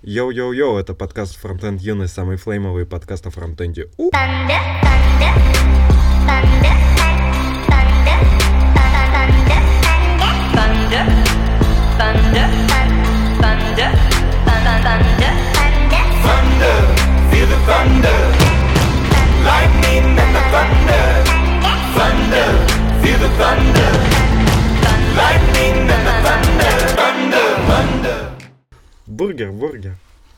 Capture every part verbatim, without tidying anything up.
Йоу-йоу-йоу, это подкаст «Фронтенд Юный», самый флеймовый подкаст о фронтенде. У! Бургер, бургер.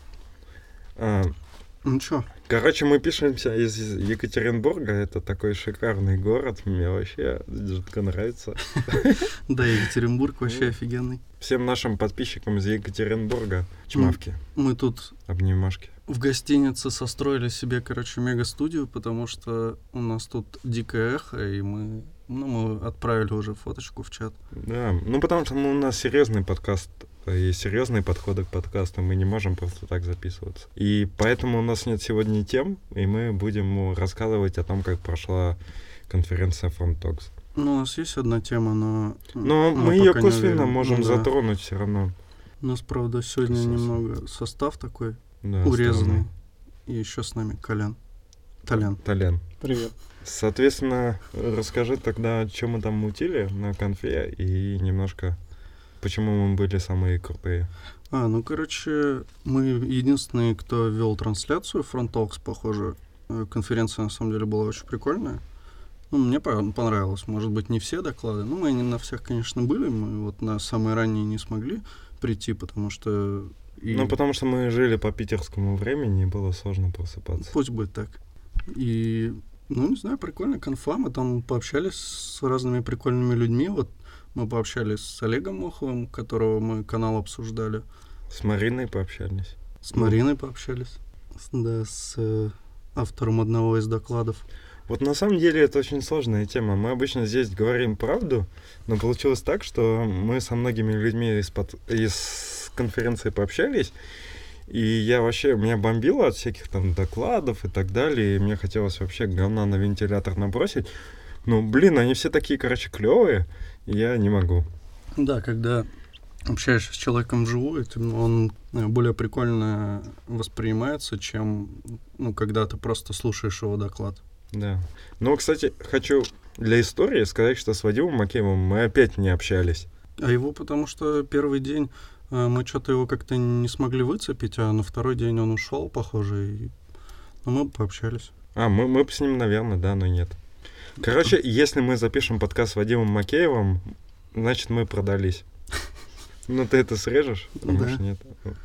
А, ну чё? Короче, мы пишемся из Екатеринбурга. Это такой шикарный город. Мне вообще жутко нравится. Да, Екатеринбург вообще офигенный. Всем нашим подписчикам из Екатеринбурга чмавки. Мы тут обнимашки. В гостинице состроили себе, короче, мега-студию, потому что у нас тут дикое эхо, и мы, ну, мы отправили уже фоточку в чат. Да, ну потому что у нас серьезный подкаст и серьезные подходы к подкасту, мы не можем просто так записываться. И поэтому у нас нет сегодня тем, и мы будем рассказывать о том, как прошла конференция FrontTalks. Ну, у нас есть одна тема, но... Но мы ее косвенно можем ну, да. затронуть все равно. У нас, правда, сегодня Кососно. немного состав такой да, урезанный. Странно. И еще с нами Колян. Толян. Толян. Привет. Соответственно, расскажи тогда, что мы там мутили на конфе и немножко... Почему мы были самые крутые? А, ну, короче, мы единственные, кто вел трансляцию FrontTalks, похоже. Конференция, на самом деле, была очень прикольная. Ну, мне понравилось. Может быть, не все доклады. Ну, мы не на всех, конечно, были. Мы вот на самые ранние не смогли прийти, потому что... И... Ну, потому что мы жили по питерскому времени, и было сложно просыпаться. Пусть будет так. И, ну, не знаю, прикольная конфа. Мы там пообщались с разными прикольными людьми. Вот мы пообщались с Олегом Моховым, которого мы канал обсуждали. С Мариной пообщались. С Мариной пообщались. Да, с э, автором одного из докладов. Вот на самом деле это очень сложная тема. Мы обычно здесь говорим правду, но получилось так, что мы со многими людьми из-под, из конференции пообщались, и я вообще, меня бомбило от всяких там докладов и так далее, и мне хотелось вообще говна на вентилятор набросить. Ну, блин, они все такие, короче, клевые, и я не могу. Да, когда общаешься с человеком вживую, он более прикольно воспринимается, чем ну, когда ты просто слушаешь его доклад. Да. Ну, кстати, хочу для истории сказать, что с Вадимом Макеевым мы опять не общались. А его потому что первый день э, мы что-то его как-то не смогли выцепить, а на второй день он ушел, похоже, и ну, мы пообщались. А, мы, мы с ним, наверное, да, но нет. Короче, если мы запишем подкаст с Вадимом Макеевым, значит, мы продались. Ну, ты это срежешь? А может, нет?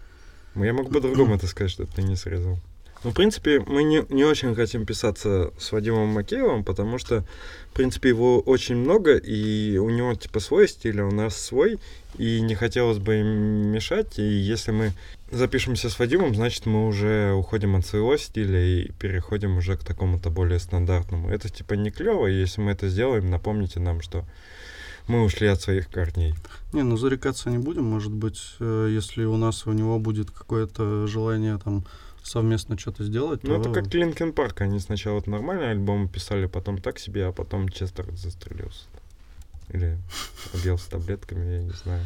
Я мог по-другому это сказать, что ты не срезал. Ну, в принципе, мы не, не очень хотим писаться с Вадимом Макеевым, потому что, в принципе, его очень много, и у него, типа, свой стиль, а у нас свой, и не хотелось бы им мешать, и если мы запишемся с Вадимом, значит, мы уже уходим от своего стиля и переходим уже к такому-то более стандартному. Это, типа, не клево, и если мы это сделаем, напомните нам, что мы ушли от своих корней. Не, ну, зарекаться не будем, может быть, если у нас у него будет какое-то желание, там, совместно что-то сделать. Ну, то... это как Линкин Парк. Они сначала вот нормальные альбомы писали, потом так себе, а потом Честер застрелился. Или объелся таблетками, я не знаю.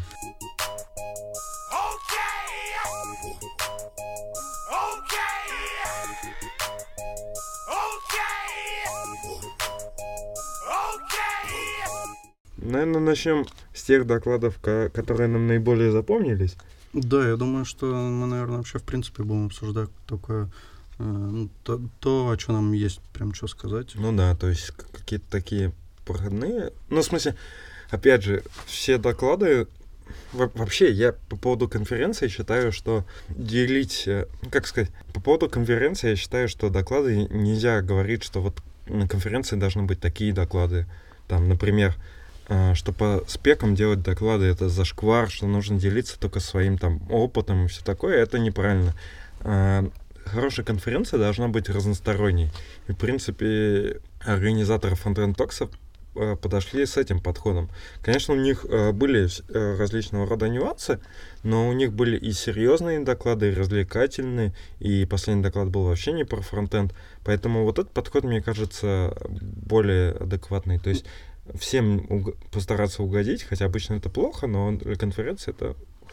Наверное, начнем с тех докладов, которые нам наиболее запомнились. Да, я думаю, что мы, наверное, вообще в принципе будем обсуждать только э, ну, то, то, о чем нам есть прям что сказать. Ну да, то есть какие-то такие проходные. Ну, в смысле, опять же, все доклады... Вообще, я по поводу конференции считаю, что делить... Как сказать? По поводу конференции я считаю, что доклады нельзя говорить, что вот на конференции должны быть такие доклады. Там, например... что по спекам делать доклады, это зашквар, что нужно делиться только своим там опытом и все такое, это неправильно. Хорошая конференция должна быть разносторонней. И, в принципе, организаторы Frontend Talks подошли с этим подходом. Конечно, у них были различного рода нюансы, но у них были и серьезные доклады, и развлекательные, и последний доклад был вообще не про фронтенд. Поэтому вот этот подход, мне кажется, более адекватный. То есть всем уг- постараться угодить, хотя обычно это плохо, но для конференции это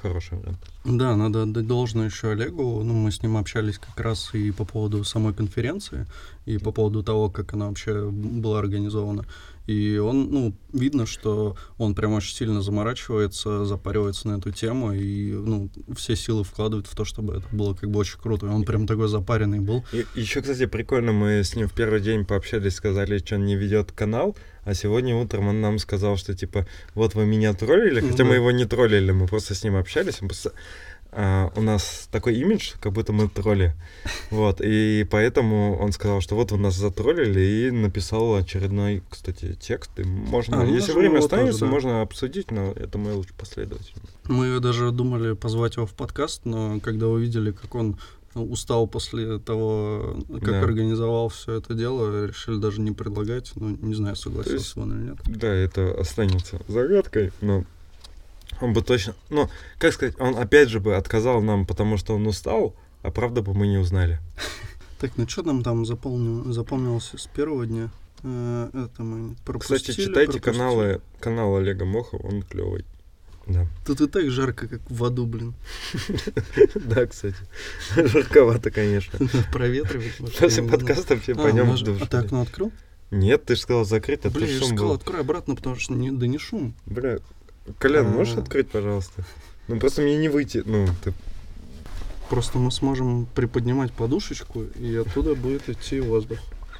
хороший вариант. Да, надо отдать должное еще Олегу. Ну, мы с ним общались как раз и по поводу самой конференции, и по поводу того, как она вообще была организована. И он, ну, видно, что он прям очень сильно заморачивается, запаривается на эту тему, и, ну, все силы вкладывает в то, чтобы это было как бы очень круто. И он прям такой запаренный был. И, еще, кстати, прикольно, мы с ним в первый день пообщались, сказали, что он не ведет канал, а сегодня утром он нам сказал, что, типа, вот вы меня троллили, хотя Ну, мы да. его не троллили, мы просто с ним общались, он просто... Uh, у нас такой имидж, как будто мы тролли. Вот, и поэтому он сказал, что вот вы нас затроллили, и написал очередной, кстати, текст. И можно, А, ну, если даже время его останется, тоже, да. можно обсудить, но это мы лучше последовательно. Мы даже думали позвать его в подкаст, но когда увидели, как он устал после того, как Да. организовал все это дело, решили даже не предлагать. Ну, не знаю, согласился есть- он или нет. Да, это останется загадкой, но он бы точно... Ну, как сказать, он опять же бы отказал нам, потому что он устал, а правда бы мы не узнали. Так, ну что нам там запомнил, запомнилось с первого дня? Э, это мы пропустили. Кстати, читайте пропустили. каналы, канал Олега Мохова, он клевый. Да. Тут и так жарко, как в аду, блин. Да, кстати. Жарковато, конечно. Проветривать. может, После я не знаю. подкаста все А, пойдем наж- в душ. А ты окно открыл? Нет, ты же сказал закрыть, а Бля, тут я же шум сказал, был. открой обратно, потому что не, да не шум. Бля, Колян, можешь А. открыть, пожалуйста? Ну, просто мне не выйти. Ну, ты... Просто мы сможем приподнимать подушечку, и оттуда будет идти воздух.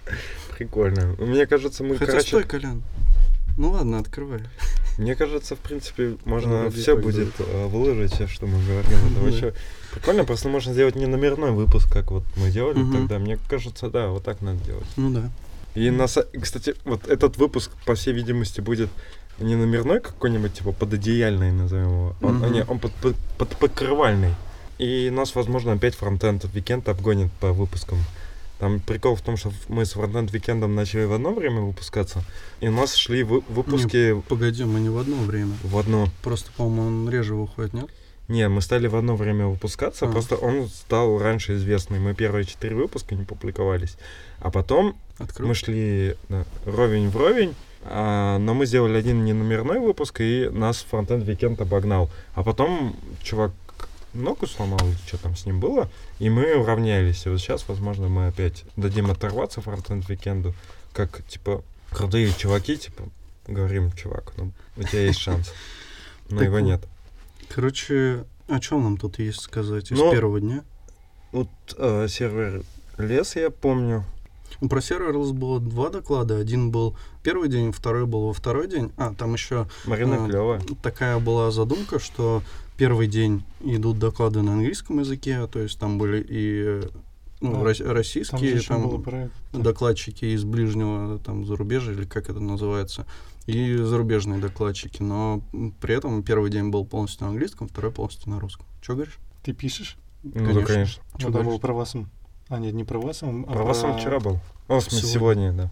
Прикольно. Мне кажется, мы, Хотя короче... стой, Колян. Ну ладно, открывай. Мне кажется, в принципе, можно вроде все так будет э, выложить, все, что мы говорим. Это Да. вообще прикольно, просто можно сделать не номерной выпуск, как вот мы делали Мгм. тогда. Мне кажется, да, вот так надо делать. Ну да. И, на, са- и, кстати, вот этот выпуск, по всей видимости, будет не номерной какой-нибудь, типа пододеяльный, назовем его. Он, Мгм. не, он под, под, подпокрывальный. И нас, возможно, опять фронтенд Weekend обгонит по выпускам. Там прикол в том, что мы с фронтенд Weekend'ом начали в одно время выпускаться, и у нас шли вы- выпуски Погоди, мы не в одно время. в одно. Просто, по-моему, он реже выходит, нет? Не, мы стали в одно время выпускаться, А. просто он стал раньше известный. Мы первые четыре выпуска не публиковались. А потом Открыл. мы шли да, ровень в ровень, а, но мы сделали один неномерной выпуск, и нас Frontend Weekend обогнал. А потом чувак ногу сломал, или что там с ним было, и мы уравнялись. И вот сейчас, возможно, мы опять дадим оторваться Frontend Weekend'у, как, типа, крутые чуваки, типа, говорим, чувак, ну, у тебя есть шанс. Но Так его вот. нет. Короче, о чем нам тут есть сказать из Ну, первого дня? Вот э, сервер лес, я помню. Ну, про серверлесс было два доклада. Один был первый день, второй был во второй день. А, там еще Марина А, клевая. такая была задумка, что первый день идут доклады на английском языке, то есть там были и ну, Да, рос- Там же российские еще там, было про это. докладчики из ближнего там зарубежья, или как это называется, и зарубежные докладчики, но м, при этом первый день был полностью на английском, второй полностью на русском. Че говоришь? Ты пишешь? Ну, да, конечно. Чё Надо было говоришь? про вас. А, нет, не про вас, а Про вас он вчера был. О, в смысле, Сегодня. сегодня, да.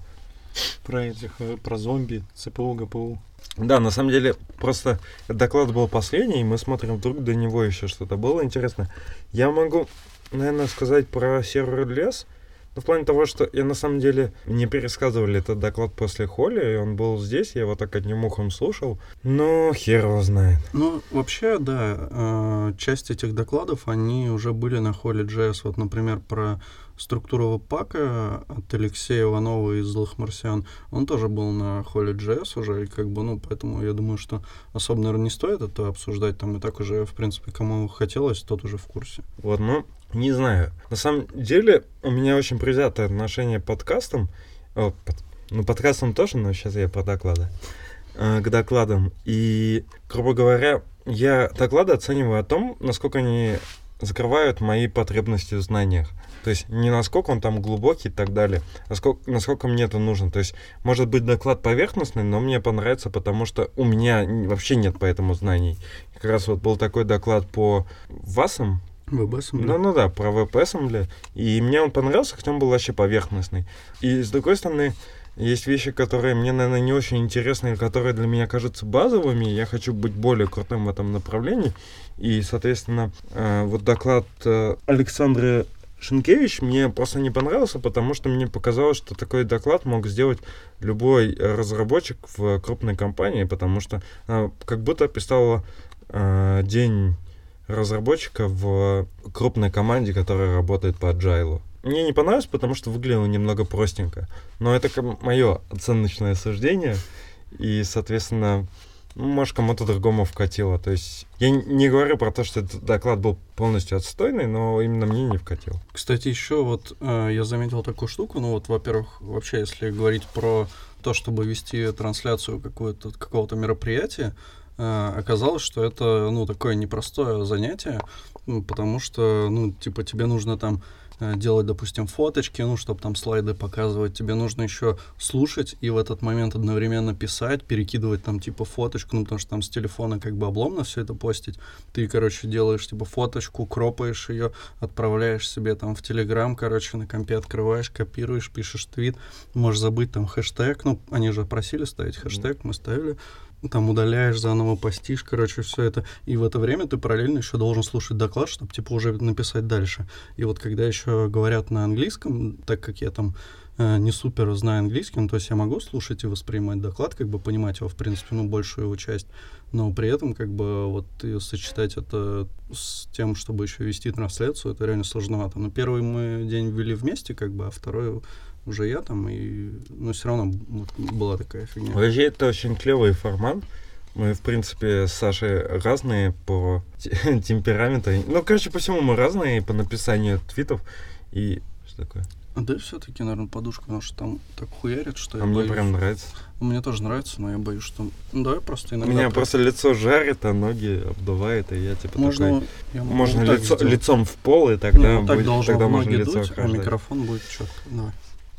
про этих, э, про зомби, ЦПУ, ГПУ. Да, на самом деле, просто доклад был последний, и мы смотрим, вдруг до него еще что-то было интересно. Я могу, наверное, сказать про сервер лес, но в плане того, что я на самом деле мне пересказывали этот доклад после Холли, и он был здесь, я его так одним ухом слушал, но хер его знает. Ну, вообще, да, э, часть этих докладов, они уже были на Холли джей эс. Вот, например, про структуру веб-пака от Алексея Иванова из «Злых марсиан», он тоже был на Холли джей эс уже, и как бы, ну, поэтому я думаю, что особо, наверное, не стоит это обсуждать, там и так уже, в принципе, кому хотелось, тот уже в курсе. Вот, ну, не знаю. На самом деле, у меня очень предвзятое отношение к подкастам. О, под- ну, подкастам тоже, но сейчас я про доклады. Э, к докладам. И, грубо говоря, я доклады оцениваю о том, насколько они закрывают мои потребности в знаниях. То есть не насколько он там глубокий и так далее, а сколько, насколько мне это нужно. То есть может быть доклад поверхностный, но мне понравится, потому что у меня н- вообще нет по этому знаний. Как раз вот был такой доклад по ВАСам. WebAssembly. Ну, ну да, про WebAssembly. И мне он понравился, хотя он был вообще поверхностный. И с другой стороны, есть вещи, которые мне, наверное, не очень интересны, которые для меня кажутся базовыми. Я хочу быть более крутым в этом направлении. И, соответственно, э, вот доклад э, Александры Шенкевич мне просто не понравился, потому что мне показалось, что такой доклад мог сделать любой э, разработчик в крупной компании, потому что она как будто описала э, день разработчика в крупной команде, которая работает по Agile. Мне не понравилось, потому что выглядело немного простенько. Но это мое оценочное суждение. И, соответственно, ну, может, кому-то другому вкатило. То есть я не говорю про то, что этот доклад был полностью отстойный, но именно мне не вкатил. Кстати, еще вот э, я заметил такую штуку. Ну вот, во-первых, вообще, если говорить про то, чтобы вести трансляцию какого-то, какого-то мероприятия, э, оказалось, что это, ну, такое непростое занятие, ну, потому что, ну, типа, тебе нужно там делать, допустим, фоточки, ну, чтобы там слайды показывать, тебе нужно еще слушать и в этот момент одновременно писать, перекидывать там, типа, фоточку, ну, потому что там с телефона как бы обломно все это постить. Ты, короче, делаешь, типа, фоточку, кропаешь ее, отправляешь себе там в Телеграм, короче, на компе открываешь, копируешь, пишешь твит, можешь забыть там хэштег, ну, они же просили ставить хэштег, мы ставили, там удаляешь, заново постишь, короче, все это. И в это время ты параллельно еще должен слушать доклад, чтобы, типа, уже написать дальше. И вот когда еще говорят на английском, так как я там э, не супер знаю английский, ну, то есть я могу слушать и воспринимать доклад, как бы понимать его, в принципе, ну, большую его часть, но при этом, как бы, вот и сочетать это с тем, чтобы еще вести трансляцию, это реально сложновато. Но первый мы день ввели вместе, как бы, а второй уже я там, и, ну, все равно вот, была такая фигня. Вообще, это очень клевый формат. Мы, в принципе, с Сашей разные по темпераменту. Ну, короче, по всему мы разные по написанию твитов. И что такое? А да, все-таки, наверное, подушка, потому что там так хуярит, что а я мне боюсь. Прям нравится. Мне тоже нравится, но я боюсь, что... Ну, давай просто иногда... Меня просто лицо жарит, а ноги обдувает, и я типа можно, такой... я можно вот лицо, лицом в пол, и тогда, не, ну, так будет, должно тогда в можно ноги лицо дуть, охлаждать. а микрофон будет четко. Давай.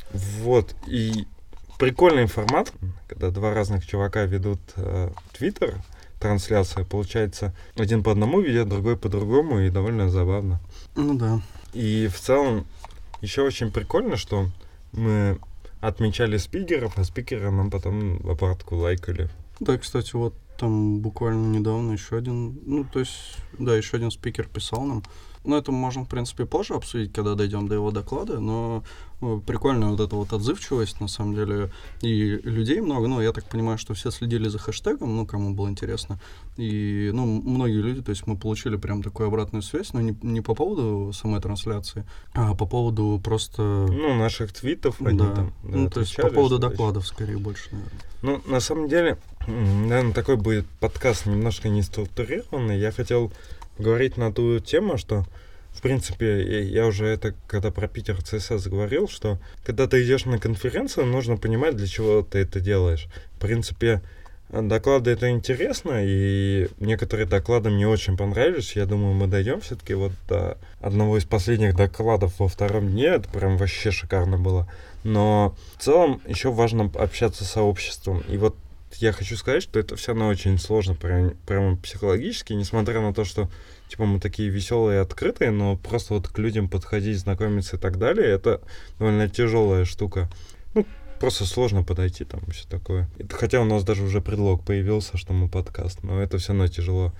Вот, и прикольный формат, когда два разных чувака ведут твиттер, э, трансляцию, получается, один по одному ведет, другой по другому, и довольно забавно. Ну да. И в целом еще очень прикольно, что мы отмечали спикеров, а спикеры нам потом в аппаратку лайкали. Да, кстати, вот там буквально недавно еще один, ну, то есть, да, еще один спикер писал нам. Ну, это можно, в принципе, позже обсудить, когда дойдем до его доклада, но ну, прикольная вот эта вот отзывчивость, на самом деле, и людей много, ну, я так понимаю, что все следили за хэштегом, ну, кому было интересно, и, ну, многие люди, то есть мы получили прям такую обратную связь, но не, не по поводу самой трансляции, а по поводу просто... Ну, наших твитов, они да. там, да, ну, то есть по поводу докладов, еще. Скорее, больше, наверное. Ну, на самом деле, наверное, такой будет подкаст немножко не структурированный, я хотел... говорить на ту тему, что, в принципе, я, я уже это, когда про Питер си эс эс говорил, что когда ты идешь на конференцию, нужно понимать, для чего ты это делаешь. В принципе, доклады — это интересно, и некоторые доклады мне очень понравились. Я думаю, мы дойдем все-таки вот до одного из последних докладов во втором дне. Это прям вообще шикарно было. Но в целом еще важно общаться с сообществом. И вот я хочу сказать, что это все равно очень сложно, прям, прямо психологически, несмотря на то, что типа мы такие веселые и открытые, но просто вот к людям подходить, знакомиться и так далее, это довольно тяжелая штука. Ну, просто сложно подойти там и все такое. Хотя у нас даже уже предлог появился, что мы подкаст, но это все равно тяжело.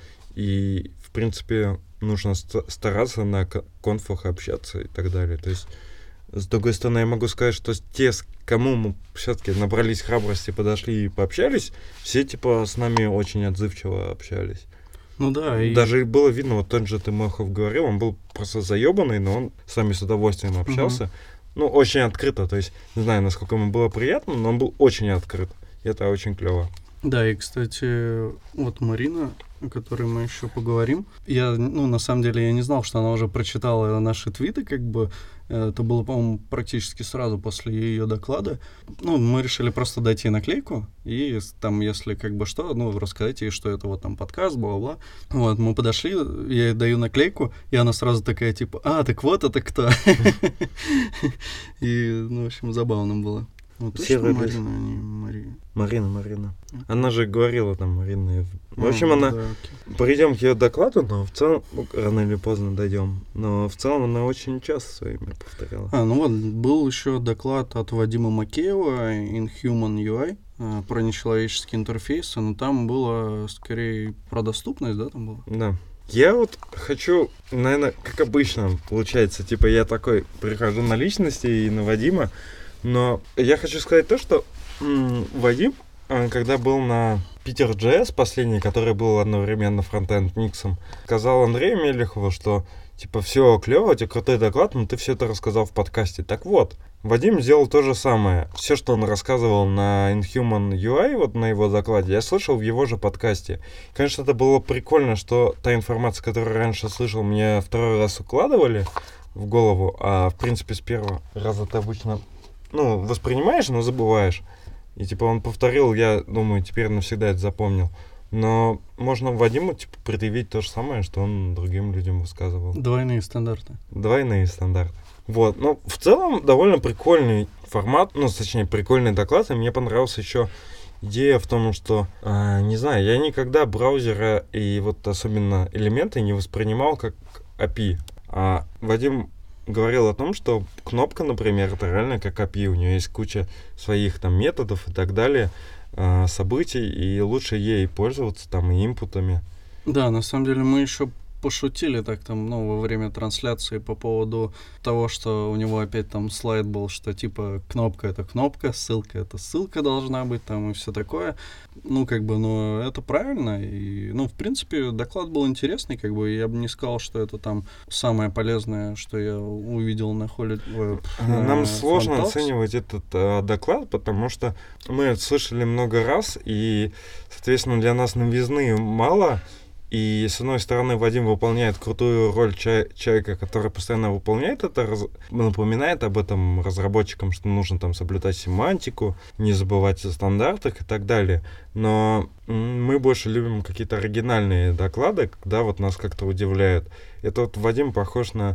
И, в принципе, нужно ст- стараться на конфах общаться и так далее. То есть, с другой стороны, я могу сказать, что те, с кому мы все-таки набрались храбрости, подошли и пообщались, все, типа, с нами очень отзывчиво общались. Ну да, и... Даже было видно, вот тот же Тимохов говорил, он был просто заебанный, но он с нами с удовольствием общался. Uh-huh. Ну, очень открыто, то есть, не знаю, насколько ему было приятно, но он был очень открыт. И это очень клево. Да, и, кстати, вот Марина, о которой мы еще поговорим, я, ну, на самом деле, я не знал, что она уже прочитала наши твиты, как бы, это было, по-моему, практически сразу после ее доклада. Ну, мы решили просто дать ей наклейку, и там, если как бы что, ну, рассказать ей, что это вот там подкаст, бла-бла. Вот, мы подошли, я ей даю наклейку, и она сразу такая, типа, а, так вот это кто? И, ну, в общем, забавно было. Вот точно Марина, а не Мария. Марина, Марина. Okay. Она же говорила там, Марина. В общем, mm, она... Да, okay. Придем к ее докладу, но в целом, рано или поздно дойдем. Но в целом она очень часто своими повторяла. А, ну вот, был еще доклад от Вадима Макеева Inhuman ю ай про нечеловеческие интерфейсы, но там было скорее про доступность, да, там было? Да. Я вот хочу, наверное, как обычно получается, типа я такой прихожу на личности и на Вадима, но я хочу сказать то, что м- Вадим э, когда был на Питер джей эс последний, который был одновременно фронтенд миксом, сказал Андрею Мелехову, что типа все клево, у тебя крутой доклад, но ты все это рассказал в подкасте. Так вот, Вадим сделал то же самое. Все, что он рассказывал на Inhuman ю ай, вот на его докладе, я слышал в его же подкасте. Конечно, это было прикольно, что та информация, которую раньше слышал, мне второй раз укладывали в голову, а в принципе с первого раза ты обычно, ну, воспринимаешь, но забываешь. И типа он повторил, я думаю, теперь навсегда это запомнил. Но можно Вадиму типа предъявить то же самое, что он другим людям высказывал. Двойные стандарты. Двойные стандарты. Вот, ну, в целом, довольно прикольный формат, ну, точнее, прикольный доклад, и мне понравилась еще идея в том, что, э, не знаю, я никогда браузера и вот особенно элементы не воспринимал как эй пи ай, а Вадим говорил о том, что кнопка, например, это реально как эй пи ай, у нее есть куча своих там методов и так далее, э, событий, и лучше ей пользоваться там и инпутами. Да, на самом деле мы еще пошутили так там, ну, во время трансляции по поводу того, что у него опять там слайд был, что типа кнопка — это кнопка, ссылка — это ссылка должна быть там и все такое. Ну, как бы, ну, это правильно. И, ну, в принципе, доклад был интересный, как бы, я бы не сказал, что это там самое полезное, что я увидел на холле. Нам сложно оценивать этот э, доклад, потому что мы это слышали много раз, и, соответственно, для нас новизны мало. И, с одной стороны, Вадим выполняет крутую роль чай- человека, который постоянно выполняет это, раз- напоминает об этом разработчикам, что нужно там соблюдать семантику, не забывать о стандартах и так далее. Но м- мы больше любим какие-то оригинальные доклады, когда вот нас как-то удивляют. Это вот Вадим похож на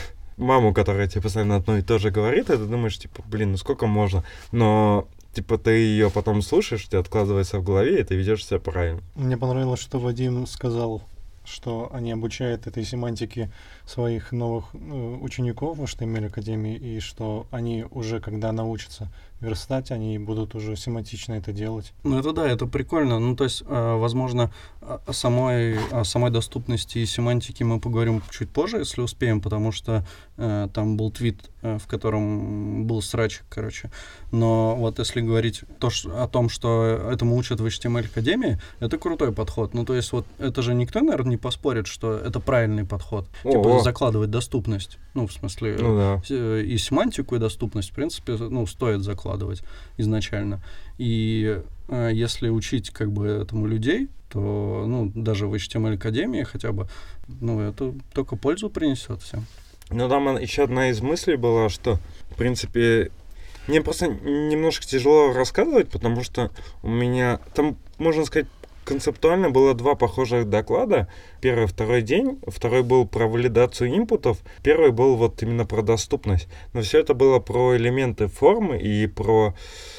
маму, которая тебе постоянно одно и то же говорит, и ты думаешь, типа, блин, ну сколько можно? Но типа ты ее потом слушаешь, тебе откладывается в голове, и ты ведешь себя правильно. Мне понравилось, что Вадим сказал, что они обучают этой семантике своих новых э, учеников в эйч ти эм эль-академии, и что они уже, когда научатся верстать, они будут уже семантично это делать. Ну, это да, это прикольно. Ну, то есть, э, возможно, о самой, о самой доступности и семантике мы поговорим чуть позже, если успеем, потому что э, там был твит, э, в котором был срачик, короче. Но вот если говорить то, что, о том, что этому учат в эйч ти эм эль-академии, это крутой подход. Ну, то есть, вот это же никто, наверное, не поспорит, что это правильный подход. О-о. Типа закладывать доступность. Ну, в смысле, ну, да. э, и семантику, и доступность, в принципе, ну, стоит закладывать изначально. И э, если учить как бы этому людей, то, ну, даже в эйч ти эм эль-академии хотя бы, ну, это только пользу принесет всем. Ну, там еще одна из мыслей была, что, в принципе, мне просто немножко тяжело рассказывать, потому что у меня там, можно сказать, концептуально было два похожих доклада. Первый, второй день. Второй был про валидацию инпутов. Первый был вот именно про доступность. Но все это было про элементы формы и про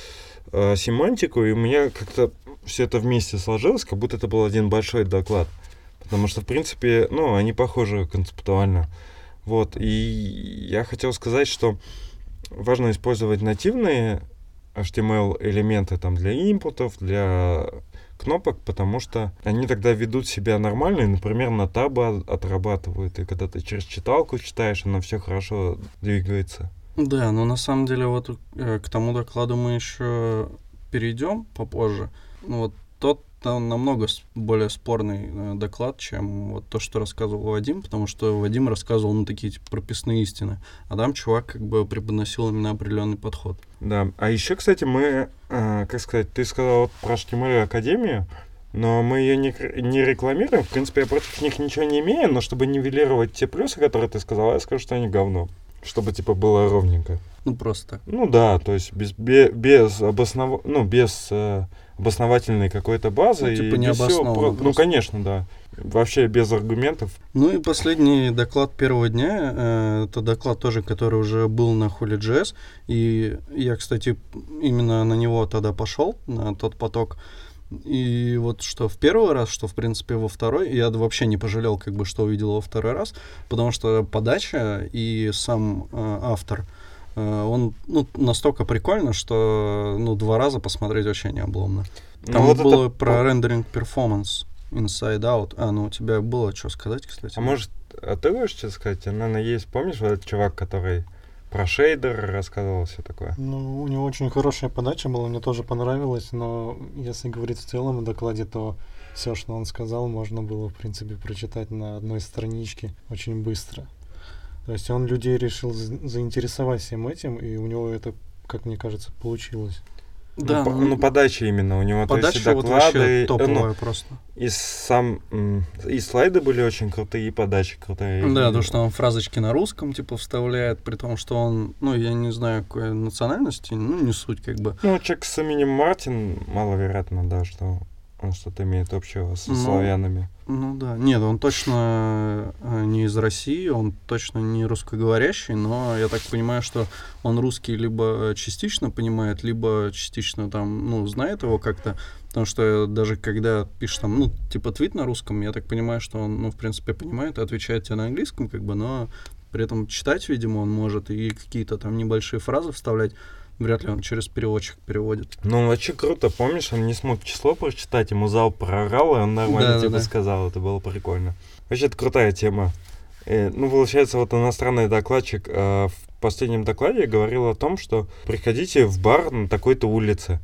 э, семантику. И у меня как-то все это вместе сложилось, как будто это был один большой доклад. Потому что, в принципе, ну, они похожи концептуально. Вот. И я хотел сказать, что важно использовать нативные эйч ти эм эл-элементы там для инпутов, для кнопок, потому что они тогда ведут себя нормально, и, например, на табы отрабатывают, и когда ты через читалку читаешь, оно все хорошо двигается. Да, но на самом деле вот э, к тому докладу мы еще перейдем попозже. Ну, вот тот там намного более спорный э, доклад, чем вот то, что рассказывал Вадим, потому что Вадим рассказывал, ну, такие типа прописные истины, а там чувак как бы преподносил именно определенный подход. Да, а еще, кстати, мы, э, как сказать, ты сказал вот про эйч ти эм эль-академию, но мы ее не, не рекламируем, в принципе, я против них ничего не имею, но чтобы нивелировать те плюсы, которые ты сказал, я скажу, что они говно, чтобы, типа, было ровненько. Ну, просто так. Ну да, то есть без, без, без, обоснов... ну, без э, обосновательной какой-то базы. Ну, типа и необоснованно про... Ну, конечно, да. Вообще без аргументов. Ну и последний доклад первого дня, э, это доклад тоже, который уже был на Holy.js, и я, кстати, именно на него тогда пошел, на тот поток. И вот что в первый раз, что, в принципе, во второй, я вообще не пожалел, как бы, что увидел во второй раз, потому что подача и сам э, автор, он, ну, настолько прикольно, что, ну, два раза посмотреть вообще не обломно. Там ну, вот было это... про рендеринг перформанс, inside out. А, ну у тебя было что сказать, кстати. А может, а ты можешь что сказать? Наверное, есть, помнишь, вот этот чувак, который про шейдер рассказывал, все такое. Ну, у него очень хорошая подача была, мне тоже понравилось, но если говорить в целом о докладе, то все, что он сказал, можно было, в принципе, прочитать на одной страничке очень быстро. То есть он людей решил заинтересовать всем этим, и у него это, как мне кажется, получилось. Да, ну, ну, ну подача именно у него, подача, то есть доклады, вот топовая ну, просто. И сам и слайды были очень крутые, и подача крутая. Да, то, что он фразочки на русском типа вставляет, при том, что он, ну я не знаю какой национальности, ну не суть как бы. Ну человек с именем Мартин, маловероятно, да, что он что-то имеет общего с ну, славянами. Ну да, нет, он точно не из России, он точно не русскоговорящий, но я так понимаю, что он русский либо частично понимает, либо частично там, ну, знает его как-то, потому что даже когда пишешь там, ну, типа твит на русском, я так понимаю, что он, ну, в принципе, понимает и отвечает тебе на английском, как бы, но при этом читать, видимо, он может и какие-то там небольшие фразы вставлять. Вряд ли он через переводчик переводит. Ну, вообще круто. Помнишь, он не смог число прочитать, ему зал проорал, и он нормально да, тебе да, да. сказал. Это было прикольно. Вообще, это крутая тема. И, ну, получается, вот иностранный докладчик э, в последнем докладе говорил о том, что приходите в бар на такой-то улице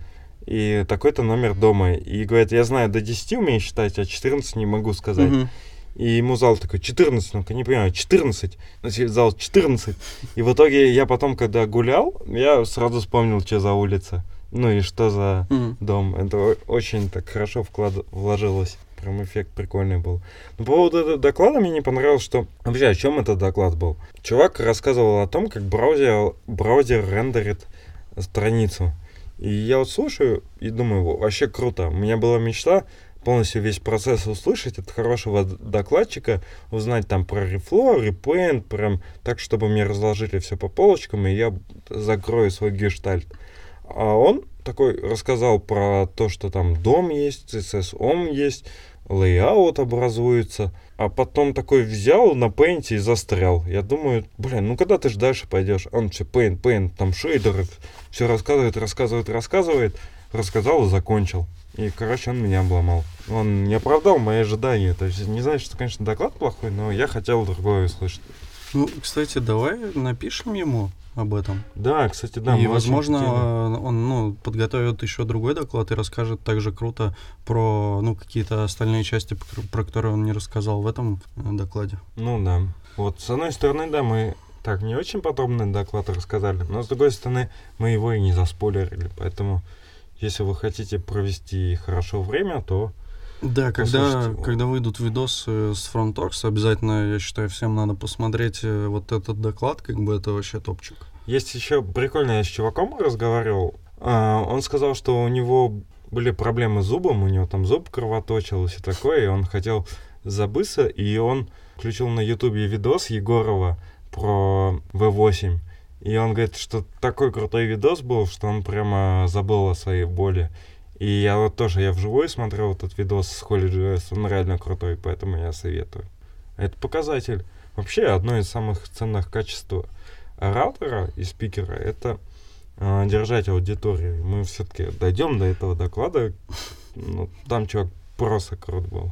и такой-то номер дома. И говорит, я знаю, до десяти умею считать, а четырнадцать не могу сказать. Угу. И ему зал такой, четырнадцать, ну-ка, не понимаю, четырнадцать. Значит, зал четырнадцать. И в итоге я потом, когда гулял, я сразу вспомнил, что за улица. Ну и что за mm-hmm. дом. Это очень так хорошо вклад... вложилось. Прям эффект прикольный был. Но по поводу этого доклада мне не понравилось, что... Вообще, о чем этот доклад был? Чувак рассказывал о том, как браузер, браузер рендерит страницу. И я вот слушаю и думаю, вообще круто. У меня была мечта полностью весь процесс услышать от хорошего докладчика, узнать там про Reflow, Repaint, прям так, чтобы мне разложили все по полочкам, и я закрою свой гештальт. А он такой рассказал про то, что там дом есть, си эс эс-ом есть, лейаут образуется, а потом такой взял на Paint и застрял. Я думаю, блин, ну когда ты же дальше пойдешь? Он все Paint, Paint, там шейдеры, все рассказывает, рассказывает, рассказывает, рассказал и закончил. И, короче, он меня обломал. Он не оправдал мои ожидания. То есть не знаю, что, конечно, доклад плохой, но я хотел другое услышать. Ну, кстати, давай напишем ему об этом. Да, кстати, да. И, возможно, он ну, подготовит еще другой доклад и расскажет также круто про ну, какие-то остальные части, про которые он не рассказал в этом докладе. Ну да. Вот, с одной стороны, да, мы так не очень подробный доклад рассказали, но с другой стороны, мы его и не заспойлерили, поэтому... Если вы хотите провести хорошо время, то... Да, когда, когда выйдут видосы с FrontTalks, обязательно, я считаю, всем надо посмотреть вот этот доклад, как бы это вообще топчик. Есть еще прикольно, я с чуваком разговаривал. А, он сказал, что у него были проблемы с зубом, у него там зуб кровоточил и все такое, и он хотел забыться, и он включил на ютубе видос Егорова про ви восемь. И он говорит, что такой крутой видос был, что он прямо забыл о своей боли. И я вот тоже, я вживую смотрел этот видос с HolyJS, он реально крутой, поэтому я советую. Это показатель. Вообще, одно из самых ценных качеств оратора и спикера — это э, держать аудиторию. Мы все-таки дойдем до этого доклада. Ну, там чувак просто крут был.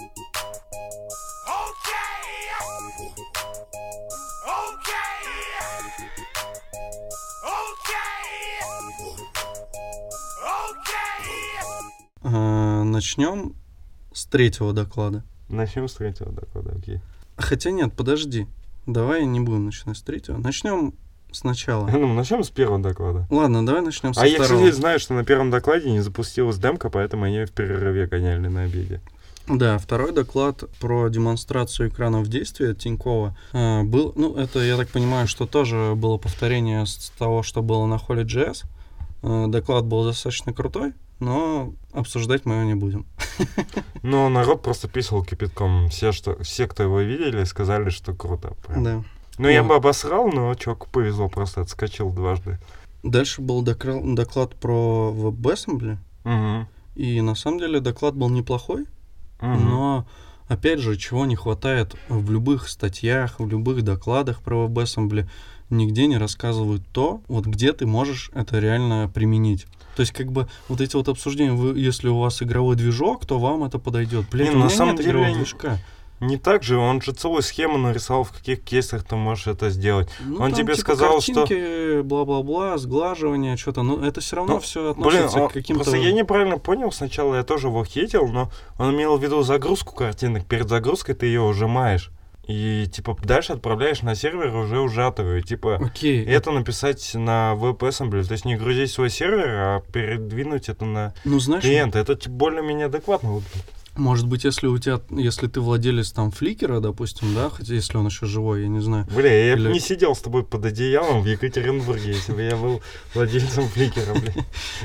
Начнем с третьего доклада. Начнем с третьего доклада, окей. Хотя нет, подожди. Давай не будем начинать с третьего. Начнем сначала. Ну, начнем с первого доклада. Ладно, давай начнем с а второго. А я, кстати, знаю, что на первом докладе не запустилась демка, поэтому они в перерыве гоняли на обеде. Да, второй доклад про демонстрацию экранов действия от Тинькова а, был, ну, это, я так понимаю, что тоже было повторение с того, что было на HolyJS. А, доклад был достаточно крутой, но обсуждать мы его не будем. Ну, народ просто писал кипятком. Все, что, все, кто его видели, сказали, что круто. Прям. Да. Ну, я бы обосрал, но чуваку повезло, просто отскочил дважды. Дальше был докра- доклад про WebAssembly. Угу. И на самом деле доклад был неплохой, угу. но, опять же, чего не хватает в любых статьях, в любых докладах про WebAssembly, нигде не рассказывают то, вот где ты можешь это реально применить. То есть, как бы, вот эти вот обсуждения, вы, если у вас игровой движок, то вам это подойдет. Блин, у меня нет игрового движка. не так же, он же целую схему нарисовал, в каких кейсах ты можешь это сделать. Ну, Он там, тебе типа, сказал, что... картинки, бла-бла-бла, сглаживание, что-то, ну, это все равно Ну, все Блин, относится он- к каким-то... просто я неправильно понял, сначала я тоже его хейтил, но он имел в виду загрузку картинок. Перед загрузкой ты ее ужимаешь. И, типа, дальше отправляешь на сервер уже ужатую. Типа, Окей, это написать на WebAssembly. То есть не грузить свой сервер, а передвинуть это на ну, знаешь, клиента. Это типа, более-менее адекватно выглядит. может быть, если у тебя, если ты владелец там фликера, допустим, да, хотя если он еще живой, я не знаю. Бля, я Или- бы не сидел с тобой под одеялом в Екатеринбурге, если бы я был владельцем фликера, бля.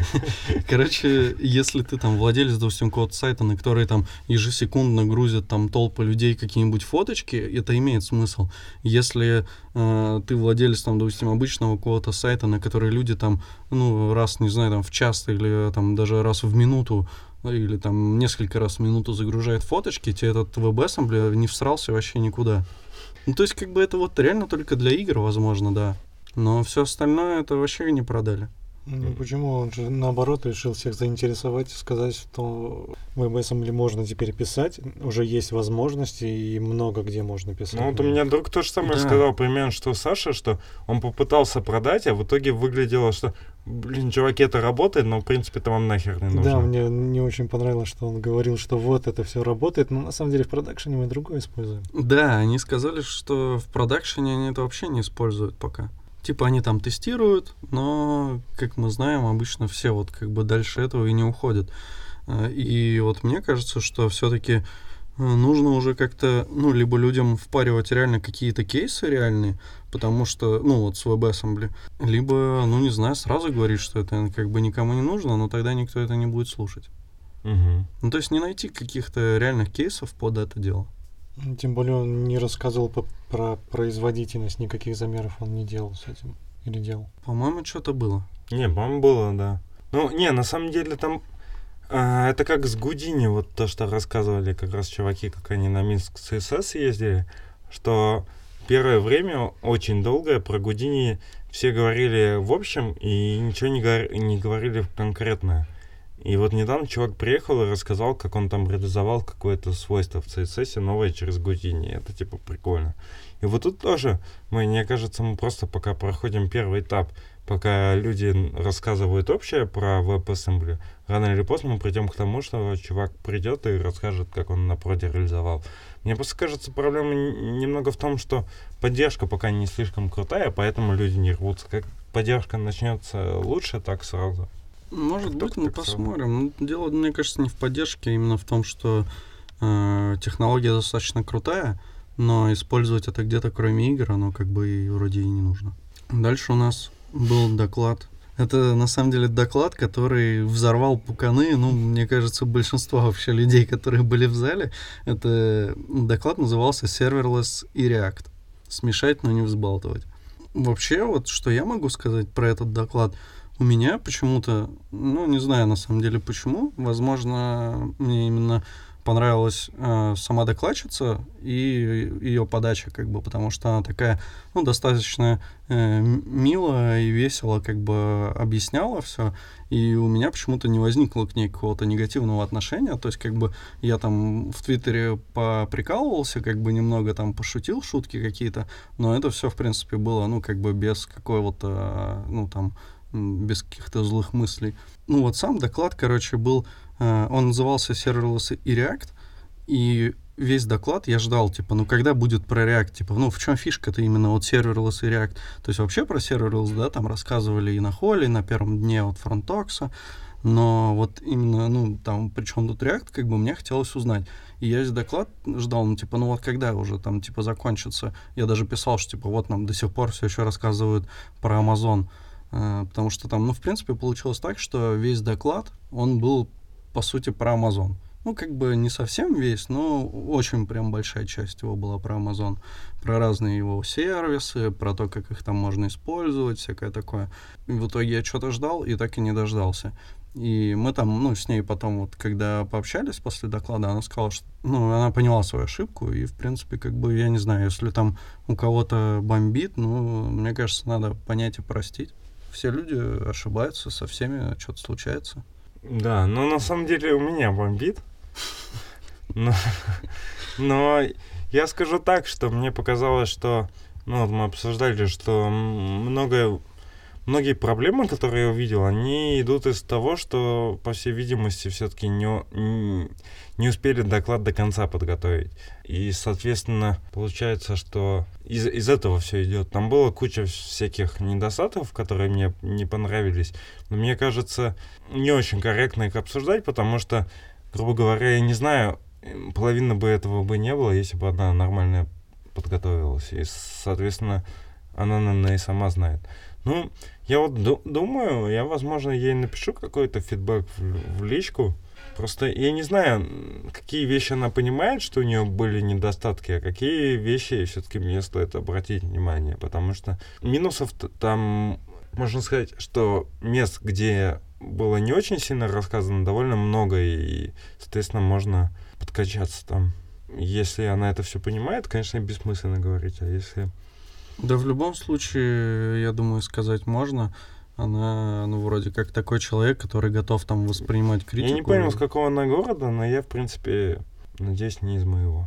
Короче, если ты там владелец, допустим, какого-то сайта, на который там ежесекундно грузят там толпы людей какие-нибудь фоточки, это имеет смысл. Если э, ты владелец там, допустим, обычного какого-то сайта, на который люди там, ну, раз, не знаю, там в час или там даже раз в минуту или там несколько раз в минуту загружает фоточки, тебе этот WebAssembly не всрался вообще никуда. Ну, то есть, как бы это вот реально только для игр, возможно, да. Но все остальное это вообще не продали. Ну, почему? Он же, наоборот, решил всех заинтересовать, сказать, что в WebAssembly можно теперь писать, уже есть возможности и много где можно писать. Ну вот у меня друг то же самое Да. сказал примерно, что Саша, что он попытался продать, а в итоге выглядело, что, блин, чуваки, это работает, но в принципе это вам нахер не нужно. Да, мне не очень понравилось, что он говорил, что вот это все работает, но на самом деле в продакшене мы другое используем. Да, они сказали, что в продакшене они это вообще не используют пока. Типа они там тестируют, но, как мы знаем, обычно все вот как бы дальше этого и не уходят. А, И вот мне кажется, что все-таки нужно уже как-то, ну, либо людям впаривать реально какие-то кейсы реальные, потому что, ну, вот с WebAssembly, либо, ну, не знаю, сразу говорить, что это как бы никому не нужно, но тогда никто это не будет слушать. Мгм. Ну, то есть не найти каких-то реальных кейсов под это дело. Ну, Тем более он не рассказывал по- про производительность, никаких замеров он не делал с этим. Или делал. По-моему, что-то было. Не, по-моему, было, да. Ну, не, на самом деле там... а, это как с Гудини, вот то, что рассказывали как раз чуваки, как они на Минск си эс эс ездили, что первое время, очень долгое, про Гудини все говорили в общем и ничего не, гор- не говорили конкретно. И вот недавно чувак приехал и рассказал, как он там реализовал какое-то свойство в си эс эс новое через Гудини. Это типа прикольно. И вот тут тоже, мне кажется, мы просто пока проходим первый этап, пока люди рассказывают общее про WebAssembly, рано или поздно мы придем к тому, что чувак придет и расскажет, как он на проде реализовал. Мне просто кажется, проблема н- немного в том, что поддержка пока не слишком крутая, поэтому люди не рвутся. Как поддержка начнется лучше, так сразу. Может Как быть, только мы так посмотрим. Ну, дело, мне кажется, не в поддержке, а именно в том, что э, технология достаточно крутая, но использовать это где-то кроме игр, оно как бы и вроде и не нужно. Дальше у нас был доклад. Это на самом деле доклад, который взорвал пуканы, ну, мне кажется, большинство вообще людей, которые были в зале. Это доклад назывался Serverless и React. Смешать, но не взбалтывать. Вообще, вот что я могу сказать про этот доклад, у меня почему-то, ну, не знаю на самом деле почему, возможно, мне именно понравилась э, сама докладчица и ее подача, как бы, потому что она такая, ну, достаточно э, м- мило и весело, как бы, объясняла все, и у меня почему-то не возникло к ней какого-то негативного отношения, то есть, как бы, я там в Твиттере поприкалывался, как бы, немного там пошутил, шутки какие-то, но это все, в принципе, было, ну, как бы, без какого-то, ну, там, м, без каких-то злых мыслей. Ну, вот сам доклад, короче, был, э, он назывался Serverless и React, и весь доклад я ждал, типа, ну, когда будет про React, типа, ну, в чем фишка-то именно вот Serverless и React? То есть вообще про Serverless, да, там рассказывали и на холле, и на первом дне вот фронтокса, но вот именно, ну, там, причем тут React, как бы, мне хотелось узнать. И я весь доклад ждал, ну, типа, ну, вот когда уже там, типа, закончится? Я даже писал, что, типа, вот нам до сих пор все еще рассказывают про Amazon, э, потому что там, ну, в принципе, получилось так, что весь доклад, он был, по сути, про Amazon. Ну, как бы не совсем весь, но очень прям большая часть его была про Amazon. Про разные его сервисы, про то, как их там можно использовать, всякое такое. И в итоге я что-то ждал и так и не дождался. И мы там, ну, с ней потом вот, когда пообщались после доклада, она сказала, что, ну, она поняла свою ошибку, и, в принципе, как бы, я не знаю, если там у кого-то бомбит, ну, мне кажется, надо понять и простить. Все люди ошибаются, со всеми что-то случается. Да, но на самом деле у меня бомбит. Но, но я скажу так, что мне показалось, что, ну, вот мы обсуждали, что много, многие проблемы, которые я увидел, они идут из того, что, по всей видимости, все-таки не, не успели доклад до конца подготовить. И, соответственно, получается, что из, из этого все идет. Там была куча всяких недостатков, которые мне не понравились. Но мне кажется, не очень корректно их обсуждать, потому что, грубо говоря, я не знаю, половины бы этого бы не было, если бы она нормально подготовилась. И, соответственно, она, наверное, и сама знает. Ну, я вот ду- думаю, я, возможно, ей напишу какой-то фидбэк в, в личку. Просто я не знаю, какие вещи она понимает, что у нее были недостатки, а какие вещи все-таки мне стоит обратить внимание. Потому что минусов там, можно сказать, что мест, где было не очень сильно рассказано, довольно много, и, соответственно, можно подкачаться там. Если она это все понимает, конечно, бессмысленно говорить, а если... Да, в любом случае, я думаю, сказать можно. Она, ну, вроде как такой человек, который готов там воспринимать критику. Я не понял, с какого она города, но я, в принципе, надеюсь, не из моего.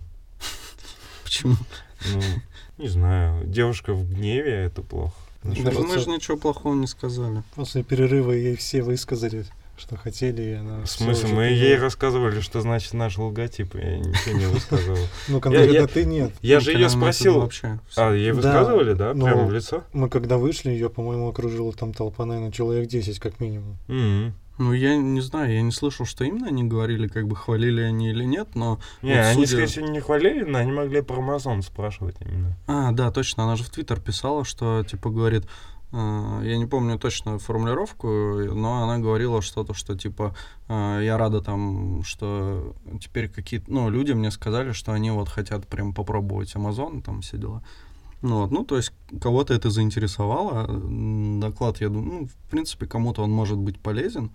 Почему? Ну, не знаю. Девушка в гневе — это плохо. Да мы же ничего плохого не сказали. После перерыва ей все высказали, что хотели, и она... В смысле? Мы ей рассказывали, что значит наш логотип, я ничего не высказывал. Ну, конкретно ты нет. Я же ее спросил... А, ей высказывали, да? Прямо в лицо? Мы когда вышли, ее, по-моему, окружила там толпа, наверное, человек десять как минимум. Ну, я не знаю, я не слышал, что именно они говорили, как бы хвалили они или нет, но... Не, вот они, судя... скорее всего, не хвалили, но они могли про Amazon спрашивать именно. А, да, точно, она же в Твиттер писала, что, типа, говорит... Uh, я не помню точно формулировку, но она говорила что-то, что, типа, uh, я рада там, что теперь какие-то... Ну, люди мне сказали, что они вот хотят прям попробовать Amazon, там все дела. Ну, вот, ну, то есть кого-то это заинтересовало. Доклад, я думаю, ну, в принципе, кому-то он может быть полезен.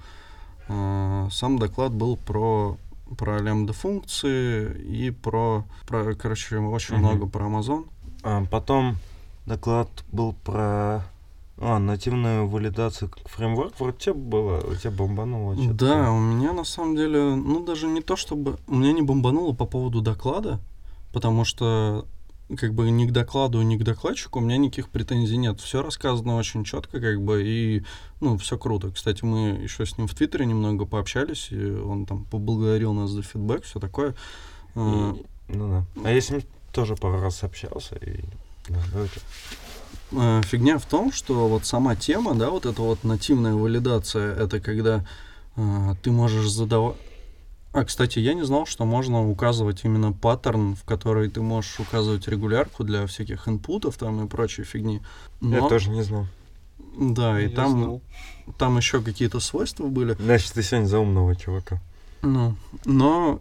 Uh, сам доклад был про, про лямбда-функции и про, про, короче, очень uh-huh. много про Amazon. А потом доклад был про... А, нативную валидацию как фреймворк вроде тебя было, у тебя бомбануло что-то. Да, у меня на самом деле, ну даже не то чтобы... У меня не бомбануло по поводу доклада, потому что как бы ни к докладу, ни к докладчику у меня никаких претензий нет. Все рассказано очень четко, как бы, и, ну, все круто. Кстати, мы еще с ним в Твиттере немного пообщались, и он там поблагодарил нас за фидбэк, все такое. И, ну да. А я с ним тоже пару раз общался, и... Да, давайте. Фигня в том, что вот сама тема, да, вот эта вот нативная валидация, это когда э, ты можешь задавать... А, кстати, я не знал, что можно указывать именно паттерн, в который ты можешь указывать регулярку для всяких инпутов там и прочей фигни. Но... Я тоже не знал. Да, и я там, знал. там еще какие-то свойства были. Значит, ты сегодня за умного чувака. Ну, но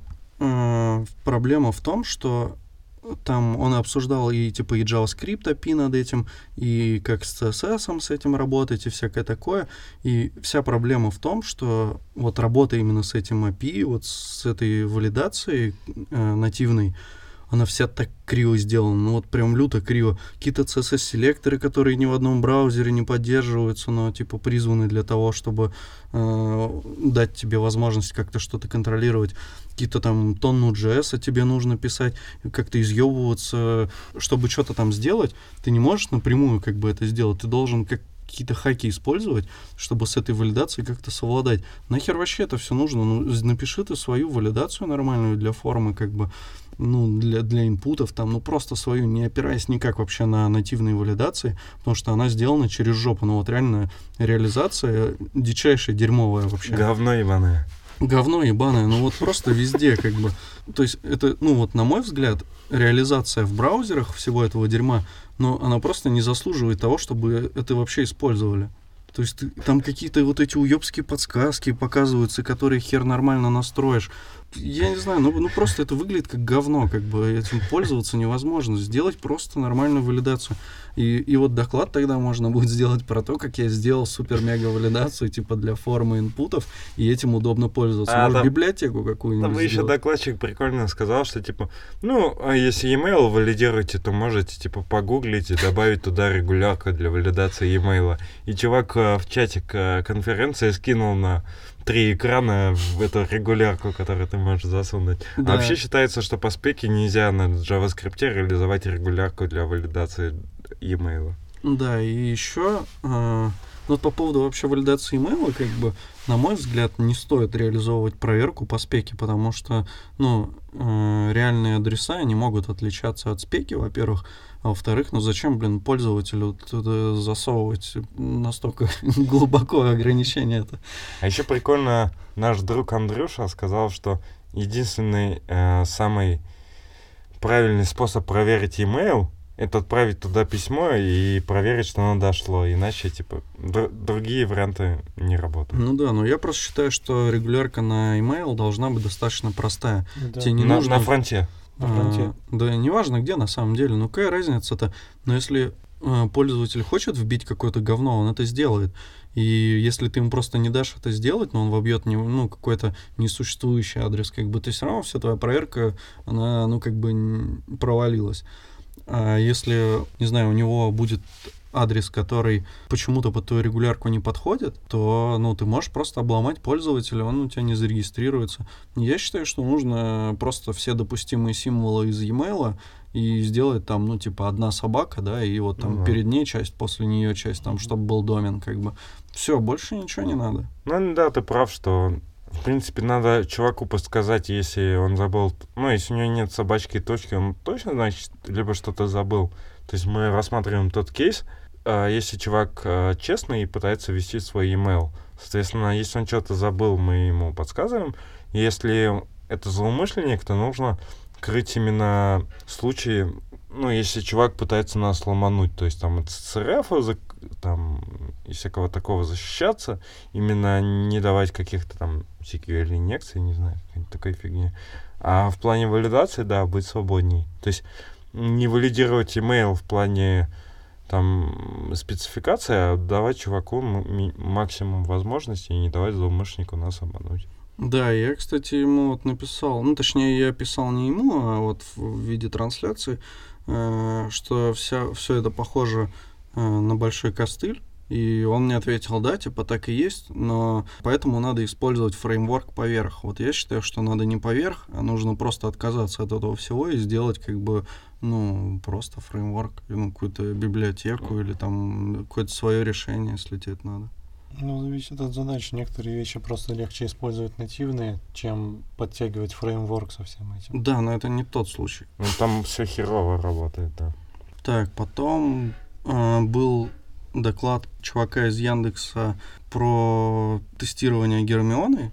э, проблема в том, что там он обсуждал и типа и JavaScript эй пи ай над этим, и как с си эс эс с этим работать, и всякое такое. И вся проблема в том, что вот работа именно с этим эй пи ай, вот с этой валидацией э, нативной, она вся так криво сделана, ну вот прям люто криво. Какие-то си эс эс-селекторы, которые ни в одном браузере не поддерживаются, но типа призваны для того, чтобы э, дать тебе возможность как-то что-то контролировать. Какие-то там тонну джей эс тебе нужно писать, как-то изъебываться, чтобы что-то там сделать. Ты не можешь напрямую как бы это сделать, ты должен как какие-то хаки использовать, чтобы с этой валидацией как-то совладать. Нахер вообще это все нужно? Ну, напиши ты свою валидацию нормальную для формы, как бы, ну, для, для инпутов, там, ну, просто свою, не опираясь никак вообще на нативные валидации, потому что она сделана через жопу. Ну, вот реально реализация дичайшая, дерьмовая вообще. Говно ебаное. Говно ебаное, ну вот просто везде, как бы. То есть это, ну вот на мой взгляд, реализация в браузерах всего этого дерьма, но она просто не заслуживает того, чтобы это вообще использовали. То есть ты, там какие-то вот эти уёбские подсказки показываются, которые хер нормально настроишь. Я не знаю, ну, ну просто это выглядит как говно, как бы этим пользоваться невозможно. Сделать просто нормальную валидацию. И, и вот доклад тогда можно будет сделать про то, как я сделал супер-мега-валидацию, типа для формы инпутов, и этим удобно пользоваться. А, Может, там, библиотеку какую-нибудь там еще докладчик прикольно сказал, что, типа, ну, а если e-mail валидируете, то можете, типа, погуглить и добавить туда регулярку для валидации e-mail. И чувак в чатик конференции скинул на три экрана в эту регулярку, которую ты можешь засунуть. Да. А вообще считается, что по спеке нельзя на JavaScript реализовать регулярку для валидации e-mail. Да, и еще, э, ну, вот по поводу вообще валидации имейла, как бы, на мой взгляд, не стоит реализовывать проверку по спеке, потому что, ну, э, реальные адреса, они могут отличаться от спеки, во-первых, а во-вторых, ну, зачем, блин, пользователю туда засовывать настолько глубоко ограничение это? А еще прикольно, наш друг Андрюша сказал, что единственный э, самый правильный способ проверить e-mail — это отправить туда письмо и проверить, что оно дошло. Иначе, типа, др- другие варианты не работают. Ну да, но я просто считаю, что регулярка на email должна быть достаточно простая. Да. Тебе не на, нужно... на фронте. На фронте. А, да, неважно где на самом деле, ну какая разница-то? Но если а, пользователь хочет вбить какое-то говно, он это сделает. И если ты ему просто не дашь это сделать, но он вобьет не, ну, какой-то несуществующий адрес, как бы, то все равно вся твоя проверка, она, ну, как бы н- провалилась. А если, не знаю, у него будет адрес, который почему-то под твою регулярку не подходит, то, ну, ты можешь просто обломать пользователя, он у тебя не зарегистрируется. Я считаю, что нужно просто все допустимые символы из e-mail и сделать там, ну, типа, одна собака, да, и вот там Ну. перед ней часть, после нее часть, там, чтобы был домен, как бы. Все, больше ничего не надо. Ну да, ты прав, что в принципе надо чуваку подсказать, если он забыл, ну, если у него нет собачки и точки, он точно, значит, либо что-то забыл. То есть мы рассматриваем тот кейс, а, если чувак а, честный и пытается ввести свой e-mail. Соответственно, если он что-то забыл, мы ему подсказываем. Если это злоумышленник, то нужно крыть именно случаи, ну, если чувак пытается нас ломануть, то есть там от СРФ, там, и всякого такого защищаться, именно не давать каких-то там си кью эль-инъекций, не знаю, какой-нибудь такой фигни. А в плане валидации, да, быть свободней. То есть не валидировать email в плане там спецификации, а давать чуваку м- максимум возможностей и не давать злоумышленнику нас обмануть. Да, я, кстати, ему вот написал, ну, точнее, я писал не ему, а вот в виде трансляции, э, что вся, все это похоже э, на большой костыль, и он мне ответил, да, типа, так и есть, но поэтому надо использовать фреймворк поверх. Вот я считаю, что надо не поверх, а нужно просто отказаться от этого всего и сделать, как бы, ну, просто фреймворк, ну, какую-то библиотеку или там какое-то свое решение, если тебе это надо. Ну, зависит от задач. Некоторые вещи просто легче использовать нативные, чем подтягивать фреймворк со всем этим. Да, но это не тот случай. Ну, там все херово работает, да. Так, потом э, был доклад чувака из Яндекса про тестирование Гермионы,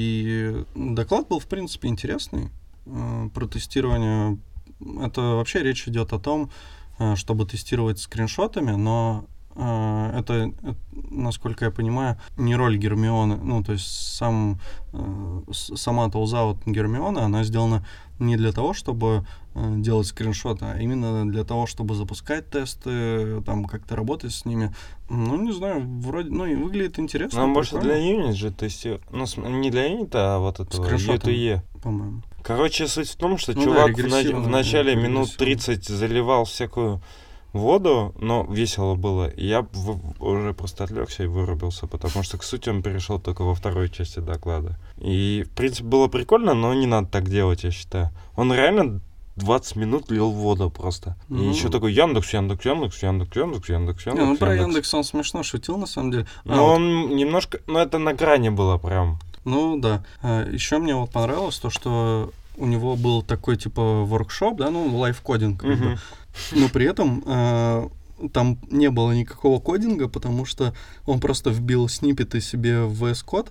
и доклад был, в принципе, интересный. Э, про тестирование, это вообще речь идет о том, э, чтобы тестировать скриншотами, но э, это, это, насколько я понимаю, не роль Гермионы, ну, то есть сам, э, сама тулза от Гермионы, она сделана не для того, чтобы э, делать скриншоты, а именно для того, чтобы запускать тесты, там как-то работать с ними. Ну, не знаю, вроде, ну, и выглядит интересно. Ну, больше прикольно, для юнит же тестируют. Ну, см- не для юнита, а вот этого ю Скриншотом. ти и. по-моему. Короче, суть в том, что Ну да, чувак в, нач- регрессивно, в начале да, минут регрессивно. тридцать заливал всякую воду, но весело было. И я в- уже просто отвлекся и вырубился, потому что к сути он перешел только во второй части доклада. И, в принципе, было прикольно, но не надо так делать, я считаю. Он реально двадцать минут лил воду просто. Ну. И еще такой Яндекс, Яндекс, Яндекс, Яндекс, Яндекс, Яндекс, Яндекс. Не, ну про Яндекс. Яндекс он смешно шутил, на самом деле. А, Но вот, он немножко... Ну, это на грани было прям. ну да. А, еще мне вот понравилось то, что у него был такой типа воркшоп, да, ну, лайфкодинг, как бы. Мгм. Но при этом э, там не было никакого кодинга, потому что он просто вбил сниппеты себе в ви эс Code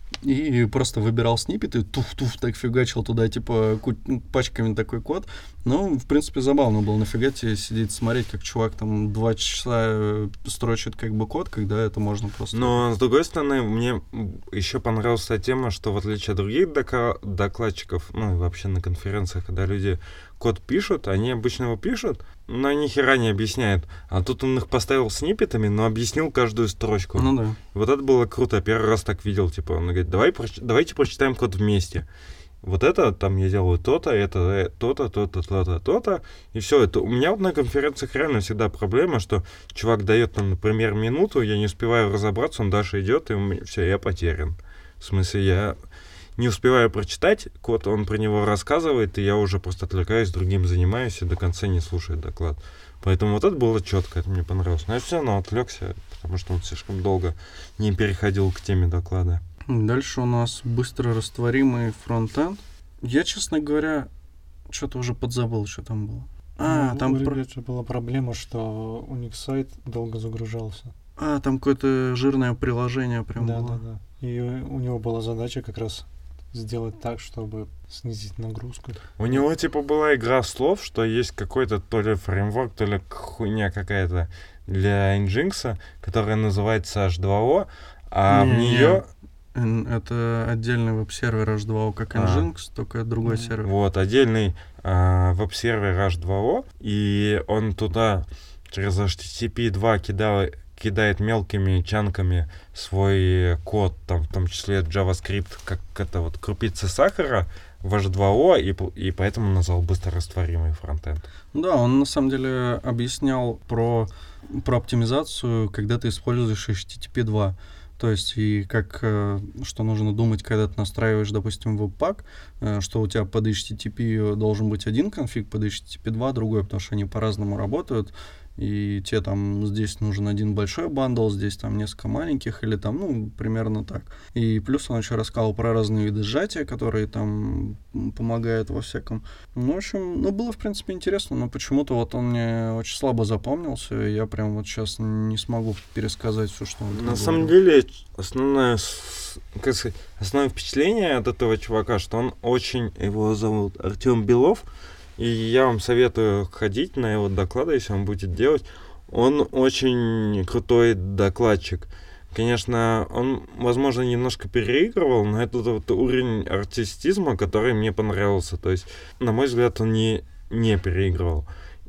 и просто выбирал сниппеты, туф-туф, так фигачил туда, типа, ку- пачками такой код. Ну, в принципе, забавно было. Нафига тебе сидеть, смотреть, как чувак там два часа э, строчит как бы код, когда это можно просто... Но, с другой стороны, мне еще понравилась та тема, что в отличие от других дока- докладчиков, ну, и вообще на конференциях, когда люди код пишут, они обычно его пишут, но ни хера не объясняют. А тут он их поставил сниппетами, но объяснил каждую строчку. Ну да. Вот это было круто. Я первый раз так видел. Типа, он говорит, Давай, проч- давайте прочитаем код вместе. Вот это, там я делаю то-то, это э, то-то, то-то, то-то, то-то. И все это. У меня вот на конференциях реально всегда проблема, что чувак дает нам, например, минуту, я не успеваю разобраться, он дальше идет, и все, я потерян. В смысле, я не успеваю прочитать, код, он про него рассказывает, и я уже просто отвлекаюсь, другим занимаюсь и до конца не слушаю доклад. Поэтому вот это было четко, это мне понравилось. Но я все равно отвлекся, потому что он слишком долго не переходил к теме доклада. Дальше у нас быстро растворимый фронтенд. Я, честно говоря, что-то уже подзабыл, что там было. А, ну, там у про... ребят же была проблема, что у них сайт долго загружался. А, там какое-то жирное приложение прям да, было. Да, да. И у него была задача как раз сделать так, чтобы снизить нагрузку. У него типа была игра слов, что есть какой-то то ли фреймворк, то ли хуйня какая-то для Nginx, которая называется эйч два о, а не, в нее... Это отдельный веб-сервер эйч два о, как Nginx, а. только другой mm-hmm. сервер. Вот, отдельный а, веб-сервер эйч два о, и он туда через эйч ти ти пи два кидал, кидает мелкими чанками свой код, там, в том числе JavaScript, как это вот крупицы сахара в эйч два о, и, и поэтому назвал быстрорастворимый фронтенд. Да, он на самом деле объяснял про, про оптимизацию, когда ты используешь эйч ти ти пи два. То есть, и как, что нужно думать, когда ты настраиваешь, допустим, веб-пак, что у тебя под эйч ти ти пи должен быть один конфиг, под эйч ти ти пи два другой, потому что они по-разному работают, и тебе там здесь нужен один большой бандл, здесь там несколько маленьких, или там, ну, примерно так. И плюс он еще рассказал про разные виды сжатия, которые там помогают во всяком. Ну, в общем, ну, было, в принципе, интересно, но почему-то вот он мне очень слабо запомнился, и я прям вот сейчас не смогу пересказать все, что он На говорил. самом деле, основное, как сказать, основное впечатление от этого чувака, что он очень, его зовут Артем Белов, и я вам советую ходить на его доклады, если он будет делать. Он очень крутой докладчик. Конечно, он, возможно, немножко переигрывал, но это вот уровень артистизма, который мне понравился. То есть, на мой взгляд, он не, не переигрывал.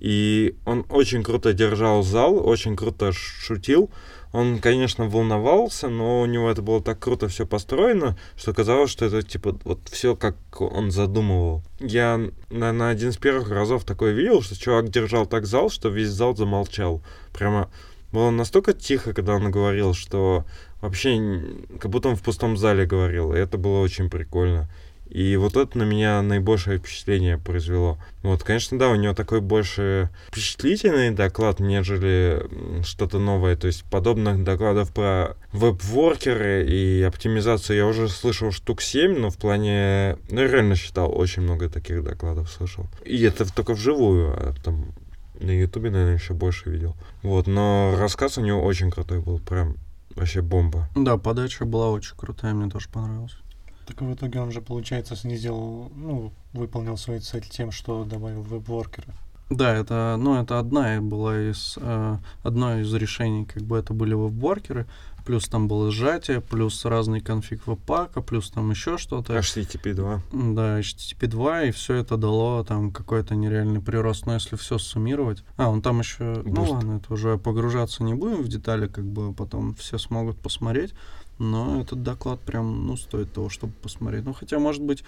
И он очень круто держал зал, очень круто шутил. Он, конечно, волновался, но у него это было так круто все построено, что казалось, что это типа вот все как он задумывал. Я, наверное, один из первых разов такое видел, что чувак держал так зал, что весь зал замолчал. Прямо было настолько тихо, когда он говорил, что вообще как будто он в пустом зале говорил. И это было очень прикольно. И вот это на меня наибольшее впечатление произвело. Вот, конечно, да, у него такой больше впечатлительный доклад, нежели что-то новое. То есть подобных докладов про веб-воркеры и оптимизацию я уже слышал штук семь, но в плане... Ну, я реально считал, очень много таких докладов слышал. И это только вживую, а там на Ютубе, наверное, еще больше видел. Вот, но рассказ у него очень крутой был, прям вообще бомба. Да, подача была очень крутая, мне тоже понравилась. Так в итоге он же, получается, снизил, ну, выполнил свою цель тем, что добавил веб-воркеры. Да, это, ну, это одна была из, э, одно из решений, как бы это были веб-воркеры, плюс там было сжатие, плюс разный конфиг веб-пака, плюс там еще что-то. эйч ти ти пи два. Да, эйч ти ти пи два, и все это дало там какой-то нереальный прирост. Но если все суммировать... А, он там еще... Ну ладно, это уже погружаться не будем в детали, как бы потом все смогут посмотреть. Но этот доклад прям, ну, стоит того, чтобы посмотреть. Ну, хотя, может быть,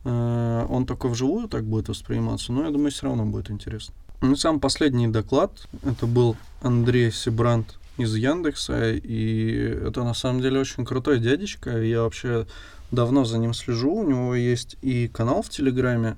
э, он только вживую так будет восприниматься, но я думаю, все равно будет интересно. Ну, сам последний доклад, это был Андрей Сибрант из Яндекса, и это на самом деле очень крутой дядечка. Я вообще давно за ним слежу. У него есть и канал в Телеграме,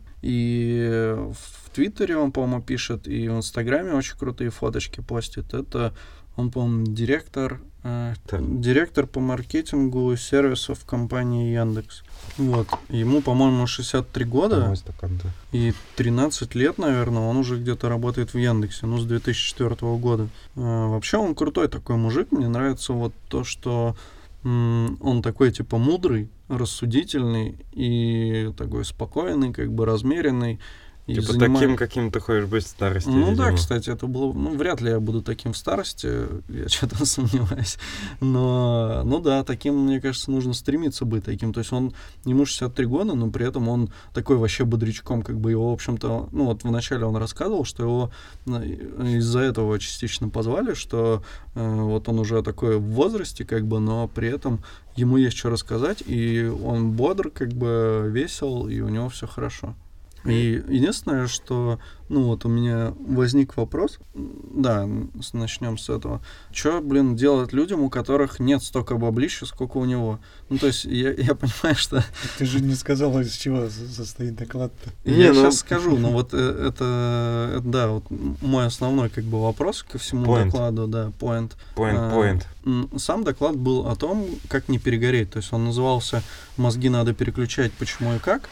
и в Твиттере он, по-моему, пишет, и в Инстаграме очень крутые фоточки постит. Это он, по-моему, директор, э, директор по маркетингу сервисов компании Яндекс. Вот. Ему, по-моему, шестьдесят три года, и тринадцать лет, наверное, он уже где-то работает в Яндексе, ну, с две тысячи четвёртого года. Э, вообще он крутой такой мужик. Мне нравится вот то, что м- он такой, типа, мудрый, рассудительный и такой спокойный, как бы размеренный. И типа занимает... таким, каким ты хочешь быть в старости. Ну видимо. Да, кстати, это было... Ну, вряд ли я буду таким в старости, я что-то сомневаюсь. Но, ну да, таким, мне кажется, нужно стремиться быть таким. То есть он, ему шестьдесят три года, но при этом он такой вообще бодрячком, как бы его, в общем-то... Ну вот вначале он рассказывал, что его из-за этого частично позвали, что э, вот он уже такой в возрасте, как бы, но при этом ему есть что рассказать, и он бодр, как бы, весел, и у него все хорошо. И единственное, что, ну вот у меня возник вопрос, да, начнем с этого. Что, блин, делать людям, у которых нет столько баблища, сколько у него? Ну, то есть я, я понимаю, что... Ты же не сказал, из чего состоит доклад-то. Я сейчас скажу, но вот это, это, да, вот мой основной как бы вопрос ко всему Point. докладу, да, point. Point, point. Сам доклад был о том, как не перегореть. То есть он назывался «Мозги надо переключать, почему и как».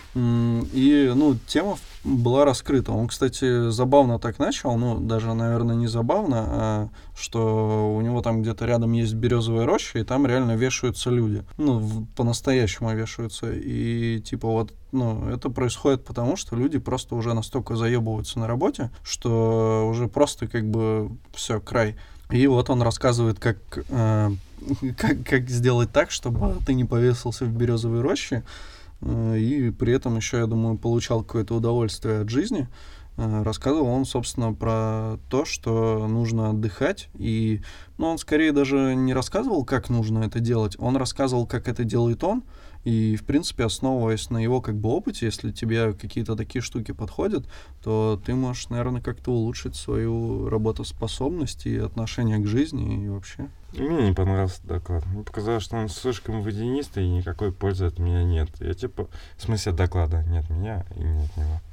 И, ну, тема была раскрыта. Он, кстати, забавно так начал, ну, даже, наверное, не забавно, а что у него там где-то рядом есть березовая роща, и там реально вешаются люди. Ну, в, по-настоящему вешаются. И, типа, вот, ну, это происходит потому, что люди просто уже настолько заебываются на работе, что уже просто, как бы, все, край. И вот он рассказывает, как, э, как, как сделать так, чтобы ты не повесился в березовой роще, и при этом еще, я думаю, получал какое-то удовольствие от жизни. Рассказывал он, собственно, про то, что нужно отдыхать. И, ну, он скорее даже не рассказывал, как нужно это делать. Он рассказывал, как это делает он. И, в принципе, основываясь на его как бы опыте, если тебе какие-то такие штуки подходят, то ты можешь, наверное, как-то улучшить свою работоспособность и отношение к жизни и вообще. Мне не понравился доклад. Мне показалось, что он слишком водянистый, и никакой пользы от меня нет. Я типа... В смысле от доклада. Не от меня и не от него.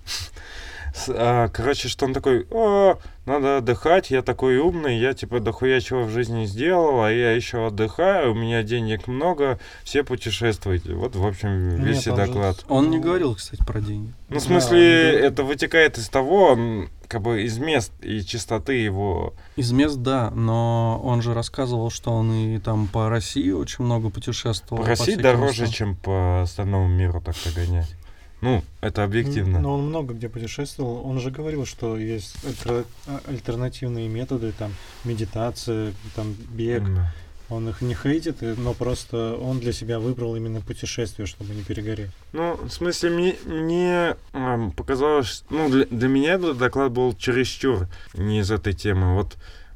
А, короче, что он такой: о, надо отдыхать, я такой умный, я типа дохуя чего в жизни сделал, а я еще отдыхаю, у меня денег много, все путешествуйте. Вот, в общем, весь Нет, доклад. Же... Он не говорил, кстати, про деньги. Ну, в смысле, да, это вытекает из того, он, как бы, из мест и чистоты его. Из мест, да, но он же рассказывал, что он и там по России очень много путешествовал. По России по дороже, местам. Чем по остальному миру так-то гонять. Ну, это объективно. Но он много где путешествовал. Он же говорил, что есть альтер... альтернативные методы, там, медитация, там, бег. Mm. Он их не хейтит, но просто он для себя выбрал именно путешествие, чтобы не перегореть. Ну, в смысле, мне, мне э, показалось... Ну, для, для меня этот доклад был чересчур не из этой темы. Вот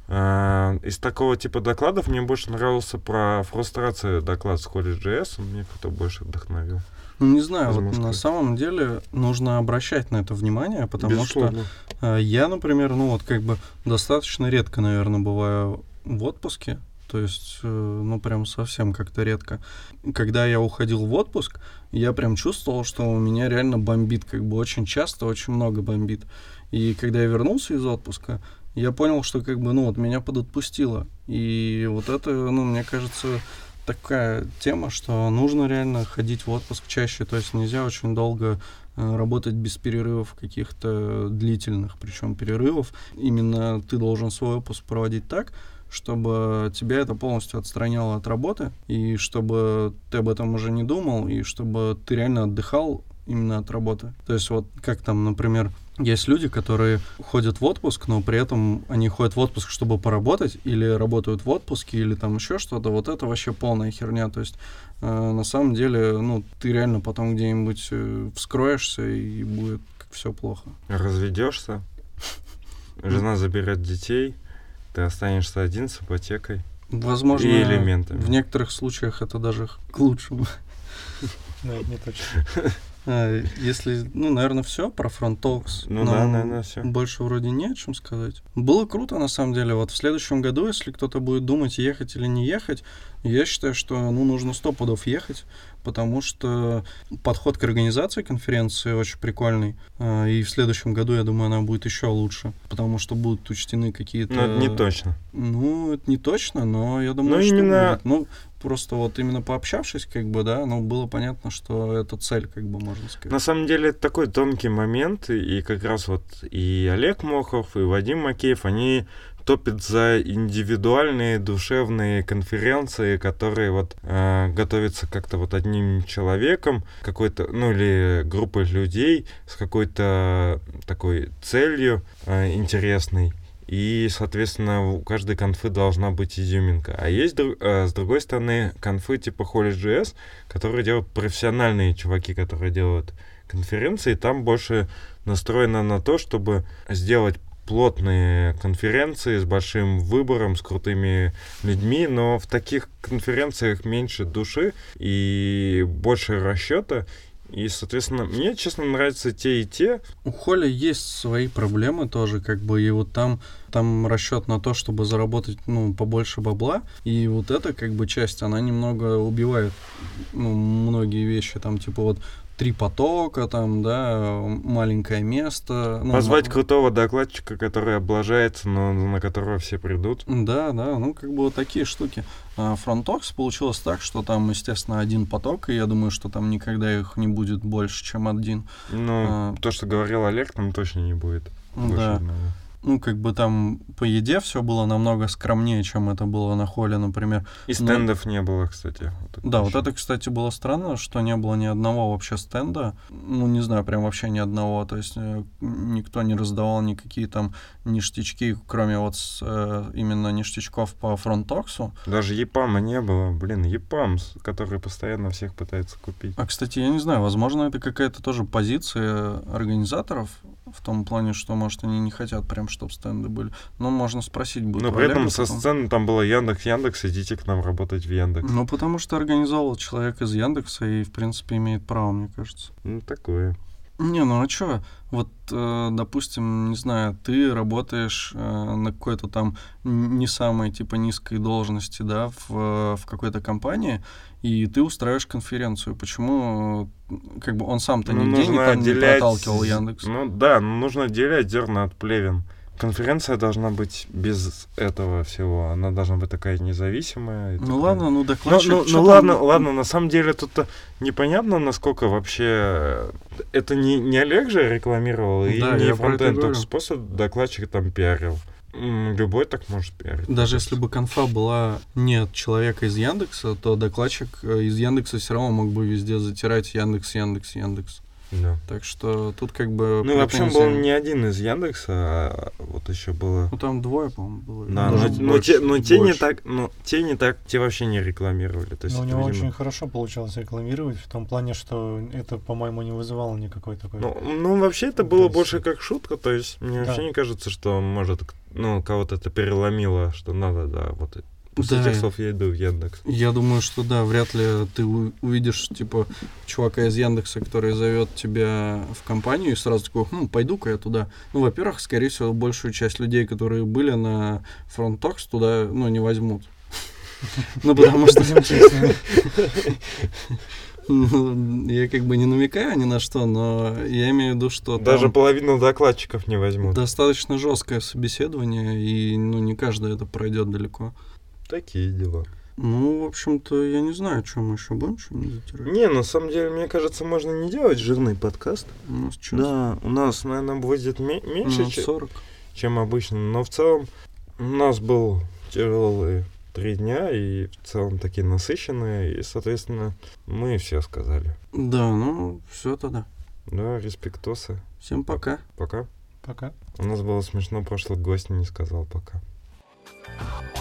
э, из такого типа докладов мне больше нравился про фрустрацию доклад с College.js. Он меня как-то больше вдохновил. Ну, не знаю, вот на самом деле нужно обращать на это внимание, потому Безусловно. что э, я, например, ну вот как бы достаточно редко, наверное, бываю в отпуске, то есть, э, ну прям совсем как-то редко. Когда я уходил в отпуск, я прям чувствовал, что у меня реально бомбит, как бы очень часто, очень много бомбит. И когда я вернулся из отпуска, я понял, что как бы, ну вот меня подотпустило. И вот это, ну, мне кажется... такая тема, что нужно реально ходить в отпуск чаще, то есть нельзя очень долго э, работать без перерывов каких-то длительных, причем перерывов. Именно ты должен свой отпуск проводить так, чтобы тебя это полностью отстраняло от работы, и чтобы ты об этом уже не думал, и чтобы ты реально отдыхал именно от работы. То есть вот как там, например, есть люди, которые ходят в отпуск, но при этом они ходят в отпуск, чтобы поработать, или работают в отпуске, или там еще что-то. Вот это вообще полная херня. То есть э, на самом деле, ну, ты реально потом где-нибудь э, вскроешься, и будет все плохо. Разведешься, жена заберет детей, ты останешься один с ипотекой. Возможно, и элементами. В некоторых случаях это даже к лучшему. Да, это не точно. Если, ну, наверное, все про Frontalks. Ну да, наверное, все. Больше вроде не о чем сказать. Было круто, на самом деле. Вот в следующем году, если кто-то будет думать, ехать или не ехать, я считаю, что, ну, нужно сто пудов ехать, потому что подход к организации конференции очень прикольный. И в следующем году, я думаю, она будет еще лучше, потому что будут учтены какие-то... Ну, это не точно. Ну, это не точно, но я думаю, но что именно... будет. Ну, просто вот именно пообщавшись, как бы, да, ну, было понятно, что это цель, как бы, можно сказать. На самом деле, это такой тонкий момент, и как раз вот и Олег Мохов, и Вадим Макеев, они топят за индивидуальные душевные конференции, которые вот э, готовятся как-то вот одним человеком, какой-то, ну, или группой людей с какой-то такой целью э, интересной. И, соответственно, у каждой конфы должна быть изюминка. А есть, э, с другой стороны, конфы типа College.js, которые делают профессиональные чуваки, которые делают конференции. Там больше настроено на то, чтобы сделать плотные конференции с большим выбором, с крутыми людьми, но в таких конференциях меньше души и больше расчета. И, соответственно, мне, честно, нравятся те и те. У Холли есть свои проблемы тоже, как бы, и вот там, там расчет на то, чтобы заработать, ну, побольше бабла, и вот эта, как бы, часть, она немного убивает, ну, многие вещи, там, типа, вот, три потока, там, да, маленькое место. Ну, Позвать ма- крутого докладчика, который облажается, но на которого все придут. Да, да, ну, как бы вот такие штуки. А FrontOx получилось так, что там, естественно, один поток, и я думаю, что там никогда их не будет больше, чем один. Ну, А, то, что говорил Олег, там точно не будет. Больше да. одного. Ну, как бы там по еде все было намного скромнее, чем это было на Холле, например. И стендов не было, кстати. Вот Да, вот еще. это, кстати, было странно, что не было ни одного вообще стенда. Ну, не знаю, прям вообще ни одного. То есть э, никто не раздавал никакие там ништячки, кроме вот с, э, именно ништячков по фронтоксу. Даже Епама не было. Блин, Епам, с- который постоянно всех пытается купить. А, кстати, я не знаю, возможно, это какая-то тоже позиция организаторов, в том плане, что, может, они не хотят прям, чтобы стенды были. Но можно спросить будет. Но у при этом Олега со потом. сцены там было Яндекс, Яндекс, идите к нам работать в Яндекс. Ну, потому что организовал человек из Яндекса и, в принципе, имеет право, мне кажется. Ну, такое. Не, ну а чё? Вот, э, допустим, не знаю, ты работаешь э, на какой-то там н- не самой, типа, низкой должности, да, в, в какой-то компании, и ты устраиваешь конференцию. Почему, э, как бы, он сам-то Ну, нигде не, нужно там не отделять... проталкивал Яндекс? Ну, да, ну, нужно отделять зерна от плевен. Конференция должна быть без этого всего. Она должна быть такая независимая. и Ну такая. ладно, ну Ну, докладчик... ну, чё ну там- ладно, ладно, на самом деле тут непонятно, насколько вообще... Это не, не Олег же рекламировал, и Да, не я про это фронтенд, говорю. только просто докладчик там пиарил. М, Любой так может пиарить. Даже мне если бы конфа была не от человека из Яндекса, то докладчик э, из Яндекса все равно мог бы везде затирать Яндекс, Яндекс, Яндекс. Да. Так что тут как бы... Ну и вообще он претензий- был не один из Яндекса, а вот еще было... Ну там двое, по-моему, было. Да, Даже но, но больше, те, но те не больше. так, ну, те не так, те вообще не рекламировали. То есть, Но у это, него видимо, очень хорошо получалось рекламировать, в том плане, что это, по-моему, не вызывало никакой такой... Ну, ну, вообще это То было есть- больше как шутка, то есть мне Да. вообще не кажется, что может, к- ну, кого-то это переломило, что надо, да, вот. После Да. этих слов я иду в Яндекс. Я думаю, что да, вряд ли ты у- увидишь, типа, чувака из Яндекса, который зовет тебя в компанию и сразу такой, хм, пойду-ка я туда. Ну, во-первых, скорее всего, большую часть людей, которые были на FrontOx, туда, ну, не возьмут. Ну, потому что... Будем честными. Ну, я как бы не намекаю ни на что, но я имею в виду, что Даже там половину докладчиков не возьмут. достаточно жесткое собеседование, и, ну, не каждый это пройдет далеко. Такие дела. Ну, в общем-то, я не знаю, что мы еще будем что-нибудь затирать. Не, на самом деле, мне кажется, можно не делать жирный подкаст. У нас час. Да, у нас, наверное, будет ме- меньше, Ну, че- сорок. чем обычно, но в целом у нас был тяжелые три дня, и в целом такие насыщенные, и, соответственно, мы все сказали. Да, ну, все тогда. Да, респектосы. Всем пока. Пока. Пока. У нас было смешно, прошлый гость не сказал пока.